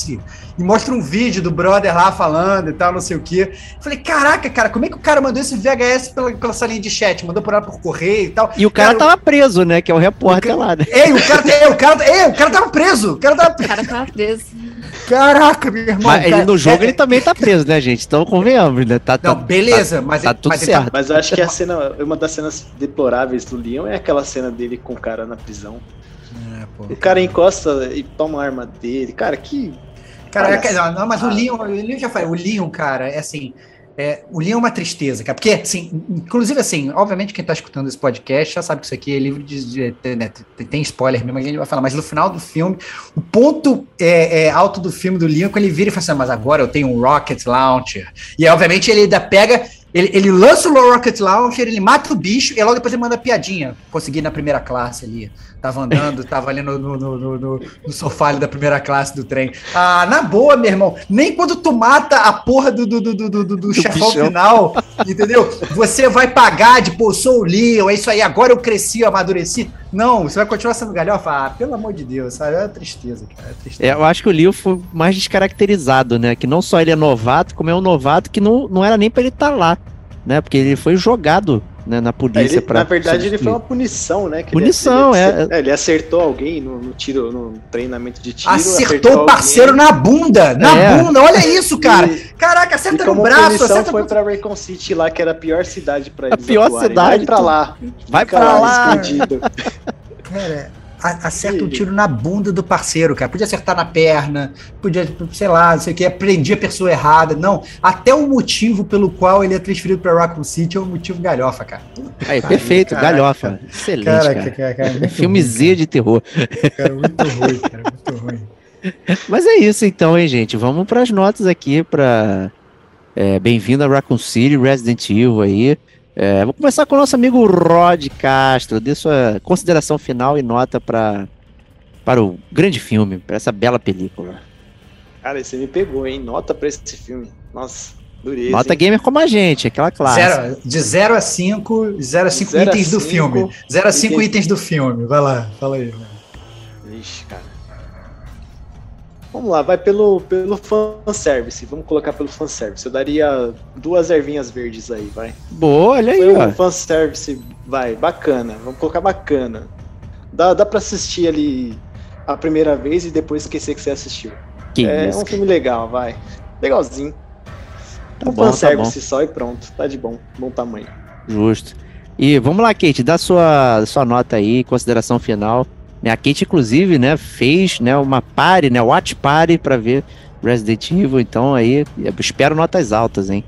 e mostra um vídeo do brother lá falando e tal, não sei o quê. Falei, caraca, cara, como é que o cara mandou esse V H S pela, pela salinha de chat? Mandou por lá por correio e tal. E o cara, cara tava preso, né? Que é o repórter o ca... lá, né? Ei, o cara, ei, o cara, ei, o cara tava preso. O cara tava, O cara tava preso. Caraca, meu irmão. Mas cara, ele, no jogo é... ele também tá preso, né, gente? Então convenhamos, né? Tá, Não, tá, beleza, tá, mas, tá ele, tudo mas certo. Tá... Mas eu acho que a cena, uma das cenas deploráveis do Leon é aquela cena dele com o cara na prisão. É, pô, o cara encosta e toma a arma dele. Cara, que... Caraca, não, não, mas o Leon, o Leon já falei, o Leon, cara, é assim... É, o Leon é uma tristeza, cara, porque, assim, inclusive, assim, obviamente quem tá escutando esse podcast já sabe que isso aqui é livro de, de, de né, tem spoiler mesmo, a gente vai falar, mas no final do filme, o ponto é, é, alto do filme do Leon, quando ele vira e fala assim, mas agora eu tenho um Rocket Launcher, e obviamente ele ainda pega, ele, ele lança o Rocket Launcher, ele mata o bicho, e logo depois ele manda piadinha, consegui na primeira classe ali, tava andando, tava ali no, no, no, no, no sofá ali da primeira classe do trem. Ah, na boa, meu irmão, nem quando tu mata a porra do, do, do, do, do, do chefão bichão. Final, entendeu? Você vai pagar de, pô, sou o Leon, é isso aí, agora eu cresci, eu amadureci. Não, você vai continuar sendo galhofa? Ah, pelo amor de Deus, sabe? É tristeza, cara, é tristeza. É, eu acho que o Leon foi mais descaracterizado, né? Que não só ele é novato, como é um novato que não, não era nem pra ele estar lá, né? Porque ele foi jogado, né, na polícia. Ele, pra na verdade, ele foi uma punição, né? Que punição, ele, ele, é. Ele acertou alguém no, no tiro, no treinamento de tiro. Acertou o parceiro alguém. na bunda, na é. bunda, olha isso, cara. E, Caraca, acerta no braço. A punição foi pra Raycon City lá, que era a pior cidade pra eles A pior atuarem. cidade. Vai pra lá. Vai pra lá. Escondido. Cara, acerta um tiro na bunda do parceiro, cara. Podia acertar na perna, podia, sei lá, não sei o que, prendia a pessoa errada. Não, até o motivo pelo qual ele é transferido pra Raccoon City é um motivo galhofa, cara. Aí, perfeito, caraca, galhofa. Cara. Excelente, caraca, cara. cara, cara Filme Z de terror. Cara, muito ruim, cara, muito ruim. Mas é isso então, hein, gente. Vamos pras notas aqui pra... É, bem-vindo a Raccoon City, Resident Evil aí. É, vou começar com o nosso amigo Rod Castro. Dê sua consideração final e nota pra, para o grande filme, para essa bela película. Cara, você me pegou, hein? Nota pra esse filme. Nossa, dureza. Nota hein? gamer como a gente, aquela classe. Zero, de zero a cinco, zero a cinco itens do filme. zero a cinco itens do filme. Vai lá, fala aí. Vixe, cara. Vamos lá, vai pelo, pelo fanservice. Vamos colocar pelo fanservice. Eu daria duas ervinhas verdes aí, vai. Boa, olha aí, Foi ó. um fanservice, vai, bacana. Vamos colocar bacana. Dá, dá pra assistir ali a primeira vez e depois esquecer que você assistiu. Que é isso, um que... filme legal, vai. Legalzinho. Tá um bom, fanservice tá bom. só e pronto. Tá de bom, bom tamanho. Justo. E vamos lá, Kate, dá sua, sua nota aí, consideração final. A Kate, inclusive, né, fez, né, uma party, né, watch party pra ver Resident Evil, então aí eu espero notas altas, hein?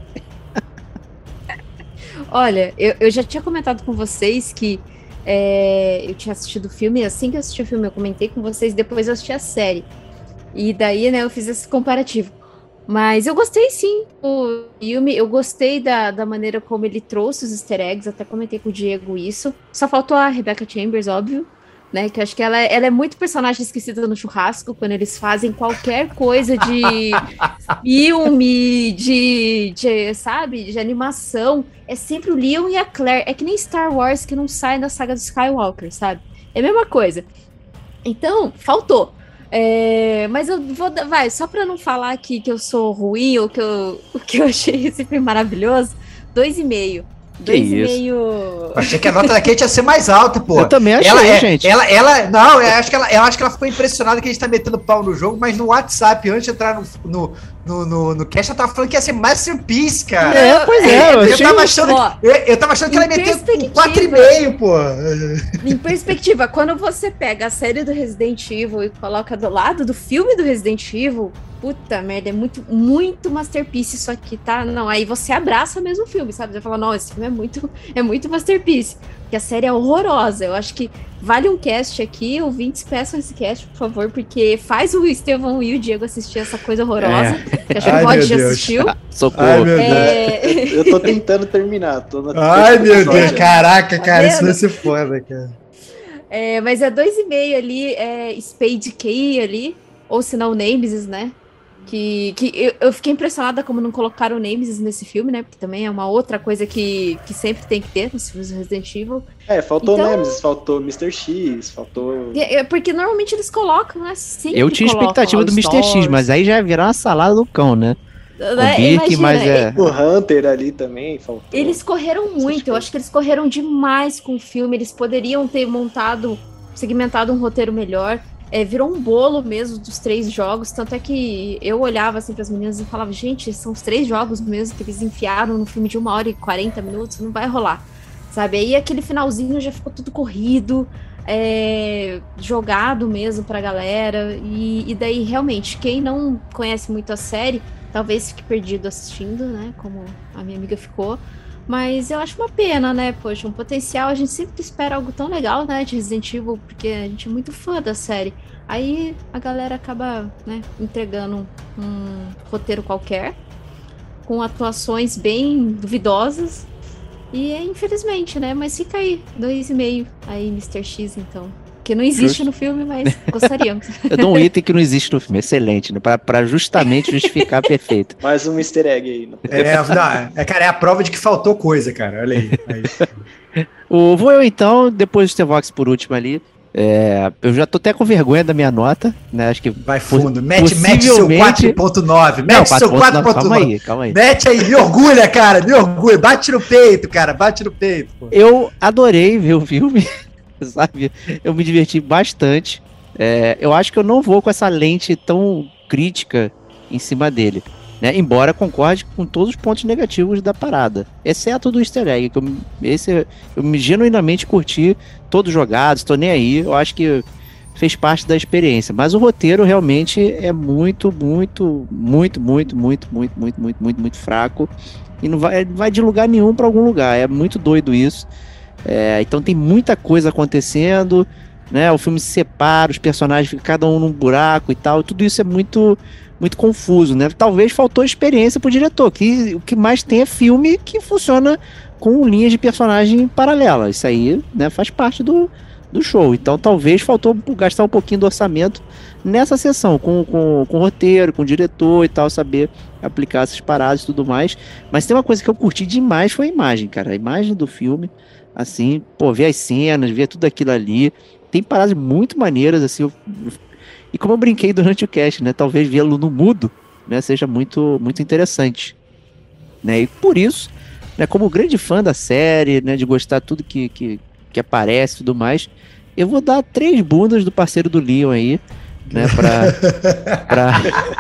Olha, eu, eu já tinha comentado com vocês que é, eu tinha assistido o filme, assim que eu assisti o filme eu comentei com vocês, depois eu assisti a série. E daí, né, eu fiz esse comparativo. Mas eu gostei sim do filme, eu gostei da, da maneira como ele trouxe os easter eggs, até comentei com o Diego isso. Só faltou a Rebecca Chambers, óbvio. Né, que eu acho que ela, ela é muito personagem esquecida no churrasco, quando eles fazem qualquer coisa de filme, de, de, sabe, de animação, é sempre o Leon e a Claire, é que nem Star Wars que não sai da saga do Skywalker, sabe? É a mesma coisa. Então, faltou. É, mas eu vou, vai, só pra não falar que, que eu sou ruim ou que eu, que eu achei esse filme maravilhoso, dois e meio. Dois e meio. Achei que a nota da Kate ia ser mais alta, pô. Eu também achei, ela é, gente. Ela, ela, não, eu acho, que ela, eu acho que ela ficou impressionada que a gente tá metendo pau no jogo, mas no WhatsApp, antes de entrar no, no, no, no, no cast, ela tava falando que ia ser Masterpiece, cara. É, pois é. Eu, eu, eu, achei... tava, achando, eu, eu tava achando que ela ia meter quatro e meio, pô. Em perspectiva, quando você pega a série do Resident Evil e coloca do lado do filme do Resident Evil, puta merda, é muito, muito Masterpiece isso aqui, tá? Não, aí você abraça mesmo o filme, sabe? Você fala, não, esse filme é muito, é muito Masterpiece. Porque a série é horrorosa. Eu acho que vale um cast aqui, ouvintes, peçam esse cast, por favor, porque faz o Estevão e o Diego assistir essa coisa horrorosa. É. Que acho que o Rod já assistiu. Socorro. Ai, meu Deus. É... Eu tô tentando terminar. Tô na Ai, meu Deus. Caraca, cara, isso vai ser foda, cara. É, mas é dois e meio ali, é Spade Key ali, ou se não, Nemesis, né? Que, que eu, eu fiquei impressionada como não colocaram o Nemesis nesse filme, né? Porque também é uma outra coisa que, que sempre tem que ter nos filmes do Resident Evil. É, faltou Então- Nemesis, faltou mister X, faltou... É, é porque normalmente eles colocam, né? Sempre Eu tinha colocam expectativa lá do os mister X, Norse, mas aí já ia virar uma salada do cão, né? né? o Birk, Imagina, mas é- O Hunter ali também faltou. Eles correram muito, eu acho que eles correram demais com o filme. Eles poderiam ter montado, segmentado um roteiro melhor. É, virou um bolo mesmo dos três jogos. Tanto é que eu olhava assim para as meninas e falava: gente, são os três jogos mesmo que eles enfiaram no filme de uma hora e quarenta minutos, não vai rolar. Sabe? Aí aquele finalzinho já ficou tudo corrido, é, jogado mesmo pra galera. E, e daí, realmente, quem não conhece muito a série, talvez fique perdido assistindo, né? Como a minha amiga ficou. Mas eu acho uma pena, né? Poxa, um potencial. A gente sempre espera algo tão legal, né? De Resident Evil, porque a gente é muito fã da série. Aí a galera acaba, né, entregando um, um roteiro qualquer, com atuações bem duvidosas. E é infelizmente, né? Mas fica aí, dois e meio aí, mister X, então. Que não existe Justo. no filme, mas gostaríamos. Eu dou um item que não existe no filme, excelente, né? Pra, pra justamente justificar perfeito. Mais um easter egg aí. Né? É, não, é, cara, é a prova de que faltou coisa, cara. Olha aí. aí. O, vou eu então, depois do Stevox por último ali. É, eu já tô até com vergonha da minha nota, né? Acho que Vai fundo. Mete, mete seu possivelmente- quatro ponto nove. Não, Mete seu quatro ponto quatro nove, ponto calma nove. aí, calma aí. Mete aí, me orgulha, cara. Me orgulha. Bate no peito, cara. Bate no peito. Pô. Eu adorei ver o filme, sabe? Eu me diverti bastante. É, eu acho que eu não vou com essa lente tão crítica em cima dele, né? Embora concorde com todos os pontos negativos da parada, exceto do easter egg, que eu, esse eu me genuinamente curti, todos jogados, tô nem aí. Eu acho que fez parte da experiência, mas o roteiro realmente é muito, muito, muito, muito, muito, muito, muito, muito, muito, muito fraco e não vai, vai de lugar nenhum para algum lugar. É muito doido isso. É, então tem muita coisa acontecendo, né? O filme se separa, os personagens ficam cada um num buraco e tal. Tudo isso é muito, muito confuso, né? Talvez faltou experiência pro diretor, que o que mais tem é filme que funciona com linhas de personagem paralelas. Isso aí, né, faz parte do, do show. Então talvez faltou gastar um pouquinho do orçamento nessa sessão, com, com, com roteiro, com diretor e tal, saber aplicar essas paradas e tudo mais. Mas tem uma coisa que eu curti demais, foi a imagem, cara. A imagem do filme, assim, pô, ver as cenas, ver tudo aquilo ali. Tem paradas muito maneiras, assim. Eu, e como eu brinquei durante o cast, né? Talvez vê-lo no mudo, né, seja muito, muito interessante. Né? E por isso, né, como grande fã da série, né, de gostar de tudo que, que, que aparece e tudo mais, eu vou dar três bundas do parceiro do Leon aí, né, pra... pra,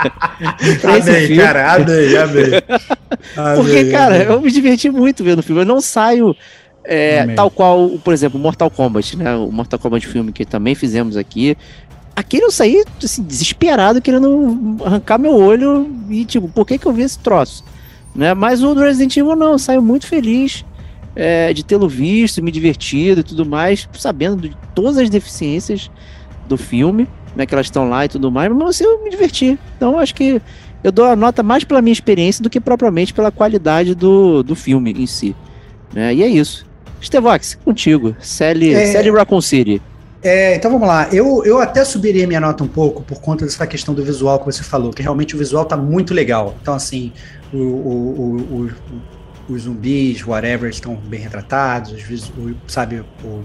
pra esse Amei, filme. cara. Amei, amei. Porque, Amei, cara, amei. eu me diverti muito vendo o filme. Eu não saio é, Amei. tal qual, por exemplo, Mortal Kombat, né? O Mortal Kombat filme que também fizemos aqui. Aquele eu saí assim, desesperado, querendo arrancar meu olho e tipo, por que que eu vi esse troço? Né? Mas o do Resident Evil não, eu saio muito feliz é, de tê-lo visto, me divertido e tudo mais, sabendo de todas as deficiências do filme, né, que elas estão lá e tudo mais, mas assim, eu me diverti. Então acho que eu dou a nota mais pela minha experiência do que propriamente pela qualidade do, do filme em si. Né? E é isso. Stevox, contigo. Sally, É... Sally Raccoon City. É, então vamos lá. Eu, eu até subiria minha nota um pouco por conta dessa questão do visual que você falou, que realmente o visual tá muito legal. Então, assim, o, o, o, o, os zumbis, whatever, estão bem retratados, os visu, o, sabe, o,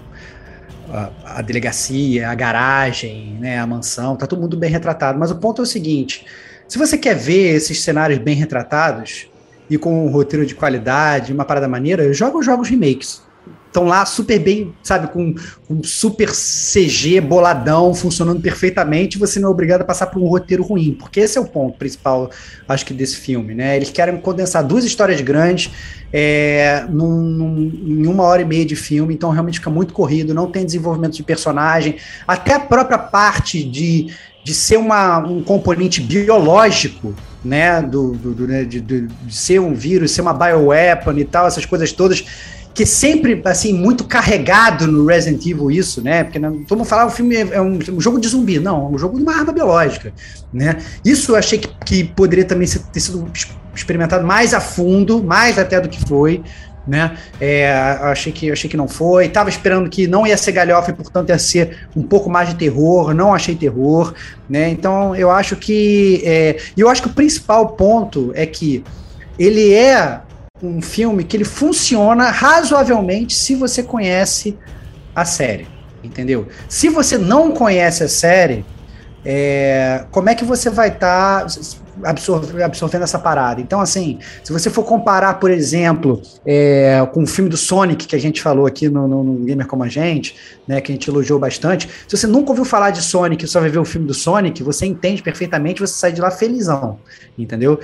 a, a delegacia, a garagem, né, a mansão, tá todo mundo bem retratado. Mas o ponto é o seguinte: se você quer ver esses cenários bem retratados e com um roteiro de qualidade, uma parada maneira, joga os jogos remakes. Estão lá super bem, sabe, com um super C G boladão, funcionando perfeitamente, você não é obrigado a passar por um roteiro ruim, porque esse é o ponto principal, acho que, desse filme, né? Eles querem condensar duas histórias grandes é, num, num, em uma hora e meia de filme, então realmente fica muito corrido, não tem desenvolvimento de personagem, até a própria parte de, de ser uma, um componente biológico, né, do, do, do, né de, de ser um vírus, ser uma bioweapon e tal, essas coisas todas, que sempre, assim, muito carregado no Resident Evil isso, né, porque não, todo mundo fala, o filme é um, um jogo de zumbi, não, é um jogo de uma arma biológica, né, isso eu achei que, que poderia também ser, ter sido experimentado mais a fundo, mais até do que foi, né? É, achei, que, achei que não foi. Tava esperando que não ia ser galhofa e, portanto, ia ser um pouco mais de terror. Não achei terror, né? Então, eu acho que... É, eu acho que o principal ponto é que ele é um filme que ele funciona razoavelmente se você conhece a série, entendeu? Se você não conhece a série, é, como é que você vai estar... Tá Absorve, absorvendo essa parada. Então, assim, se você for comparar, por exemplo, é, com o filme do Sonic, que a gente falou aqui no, no, no Gamer Como a Gente, né, que a gente elogiou bastante, se você nunca ouviu falar de Sonic e só vai ver o filme do Sonic, você entende perfeitamente, você sai de lá felizão, entendeu?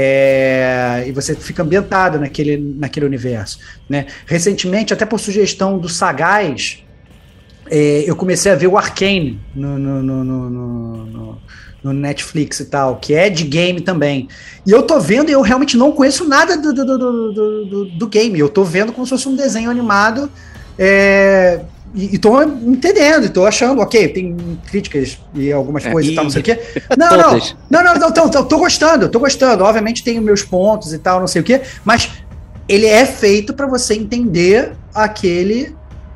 É, e você fica ambientado naquele, naquele universo, né? Recentemente, até por sugestão do Sagaz, é, eu comecei a ver o Arcane no, no, no, no, no, no no Netflix e tal, que é de game também. E eu tô vendo e eu realmente não conheço nada do, do, do, do, do, do game. Eu tô vendo como se fosse um desenho animado é, e, e tô entendendo, e tô achando, ok, tem críticas e algumas é, coisas e tal, não sei o quê. Não, não, não, não, não, não, tô, tô gostando, tô gostando. Obviamente tem meus pontos e tal, não sei o quê, mas ele é feito para você entender aquele...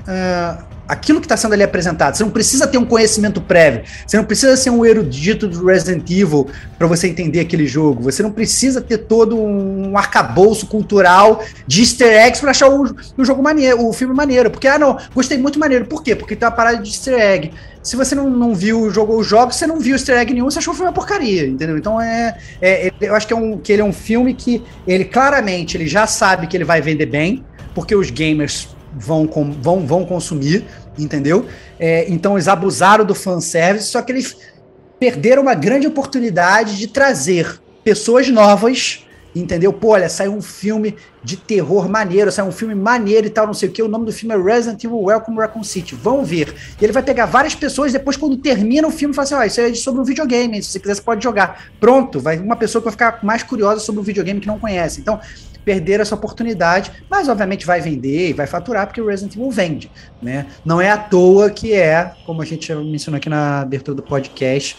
Uh, aquilo que está sendo ali apresentado. Você não precisa ter um conhecimento prévio, você não precisa ser um erudito do Resident Evil para você entender aquele jogo, você não precisa ter todo um arcabouço cultural de easter eggs para achar o, o jogo maneiro, o filme maneiro, porque, ah não, gostei muito maneiro, por quê? Porque tem uma parada de easter egg. Se você não, não viu, jogou os jogos, você não viu easter egg nenhum, você achou o filme uma porcaria, entendeu? Então, é, é, eu acho que, é um, que ele é um filme que, ele claramente, ele já sabe que ele vai vender bem, porque os gamers Vão, com, vão, vão consumir, entendeu? É, então eles abusaram do fanservice, só que eles perderam uma grande oportunidade de trazer pessoas novas, entendeu? Pô, olha, saiu um filme de terror maneiro, saiu um filme maneiro e tal, não sei o que, o nome do filme é Resident Evil Welcome Raccoon City, vão ver. E ele vai pegar várias pessoas, depois quando termina o filme, fala assim, ó, oh, isso é sobre um videogame, se você quiser você pode jogar. Pronto, vai uma pessoa que vai ficar mais curiosa sobre o videogame que não conhece. Então, perderam essa oportunidade, mas obviamente vai vender e vai faturar, porque o Resident Evil vende, né? Não é à toa que é, como a gente mencionou aqui na abertura do podcast,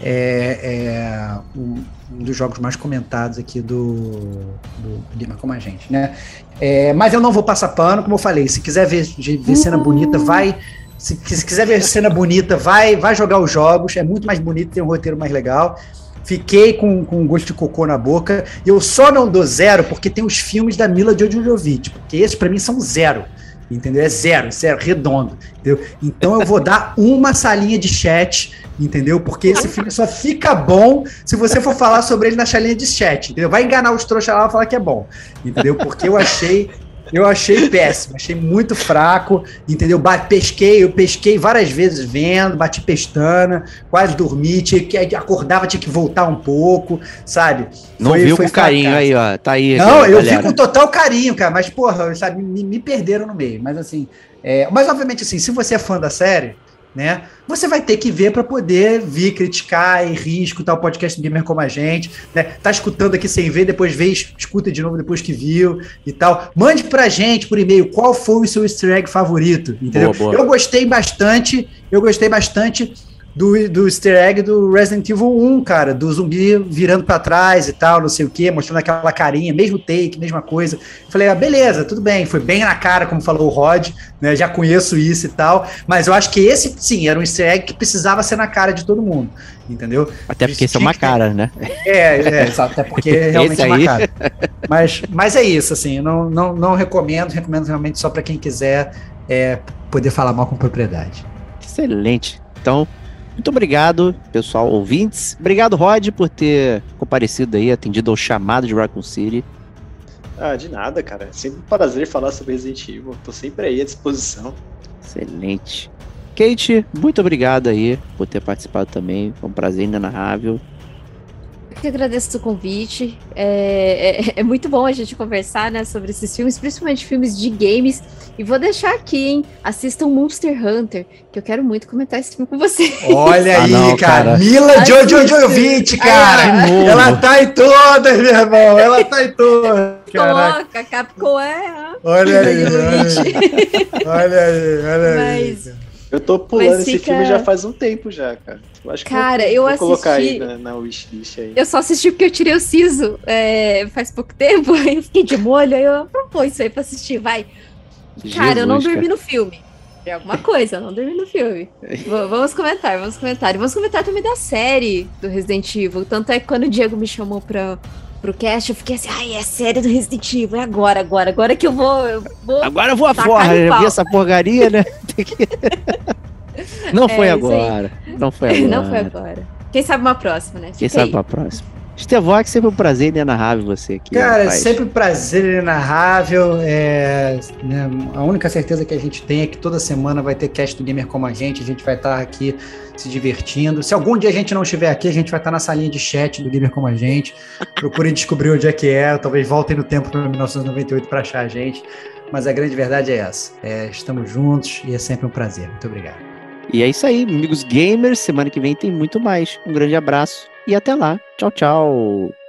é, é um, um dos jogos mais comentados aqui do, do Gamer Como a Gente, né? É, mas eu não vou passar pano, como eu falei, se quiser ver, ver cena bonita, vai... Se, se quiser ver cena bonita, vai, vai jogar os jogos, é muito mais bonito, tem um roteiro mais legal. Fiquei com, com gosto de cocô na boca. E eu só não dou zero porque tem os filmes da Mila Jovovich, porque esses pra mim são zero, entendeu? É zero, zero, redondo, entendeu? Então eu vou dar uma salinha de chat, entendeu? Porque esse filme só fica bom se você for falar sobre ele na salinha de chat, entendeu? Vai enganar os trouxas lá e falar que é bom, entendeu? Porque eu achei... Eu achei péssimo, achei muito fraco, entendeu? Pesquei, eu pesquei várias vezes vendo, bati pestana, quase dormi, tinha que, acordava, tinha que voltar um pouco, sabe? Não foi, viu foi com fracasso. Carinho aí, ó, tá aí. Não, eu galera. vi com total carinho, cara, mas porra, sabe, me, me perderam no meio, mas assim, é, mas obviamente assim, se você é fã da série, né, você vai ter que ver para poder vir criticar e rir, escutar o podcast do Gamer Como a Gente, né, tá escutando aqui sem ver, depois vê, escuta de novo depois que viu e tal. Mande pra gente por e-mail qual foi o seu easter egg favorito, entendeu? Boa, boa. Eu gostei bastante, eu gostei bastante do, do easter egg do Resident Evil um, cara, do zumbi virando pra trás e tal, não sei o que, mostrando aquela carinha, mesmo take, mesma coisa. Falei, ah, beleza, tudo bem, foi bem na cara, como falou o Rod, né, já conheço isso e tal, mas eu acho que esse, sim, era um easter egg que precisava ser na cara de todo mundo, entendeu? Até porque isso é uma cara, né? É, é, exato, até porque é realmente é uma cara. Mas, mas é isso, assim, não, não, não recomendo, recomendo realmente só pra quem quiser é, poder falar mal com propriedade. Excelente. Então, muito obrigado, pessoal, ouvintes. Obrigado, Rod, por ter comparecido aí, atendido ao chamado de Raccoon City. Ah, de nada, cara. É sempre um prazer falar sobre Resident Evil. Tô sempre aí à disposição. Excelente. Kate, muito obrigado aí por ter participado também. Foi um prazer inenarrável. Eu que agradeço o convite. É, é, é muito bom a gente conversar, né, sobre esses filmes, principalmente filmes de games. E vou deixar aqui, hein? Assistam Monster Hunter, que eu quero muito comentar esse filme com você. Olha aí, ah, não, cara. cara. Mila Jovovich, cara. Ah, ela tá em todas, meu irmão. Ela tá em todas. Coloca, Capcom é. Olha aí, olha aí. Olha aí, olha aí. Mas... Eu tô pulando Mas esse fica- filme já faz um tempo já, cara. Eu acho que Cara, vou, eu vou colocar aí assisti- na, na wishlist aí. Eu só assisti porque eu tirei o siso é, faz pouco tempo, aí eu fiquei de molho, aí eu propus isso aí pra assistir, vai. Cara, eu não Jesus, dormi no filme. É alguma coisa, eu não dormi no filme. V- vamos comentar, vamos comentar. E vamos comentar também da série do Resident Evil. Tanto é que quando o Diego me chamou pra, pro cast, eu fiquei assim, ai, é a série do Resident Evil, é agora, agora, agora que eu vou. Eu vou... Agora eu vou a Tacar forra, no eu pau. vi essa porcaria, né? Tem que- Não foi É, isso aí. agora. Não foi agora. Não foi agora. Quem sabe uma próxima, né? Quem Fica sabe aí. pra próxima. Estevox, sempre um prazer inenarrável você aqui. Cara, rapaz. sempre um prazer inenarrável. É, né, a única certeza que a gente tem é que toda semana vai ter cast do Gamer Como a Gente. A gente vai estar aqui se divertindo. Se algum dia a gente não estiver aqui, a gente vai estar na salinha de chat do Gamer Como a Gente. Procurem descobrir onde é que é. Talvez voltem no tempo para mil novecentos e noventa e oito para achar a gente. Mas a grande verdade é essa. É, estamos juntos e é sempre um prazer. Muito obrigado. E é isso aí, amigos gamers. Semana que vem tem muito mais. Um grande abraço e até lá. Tchau, tchau.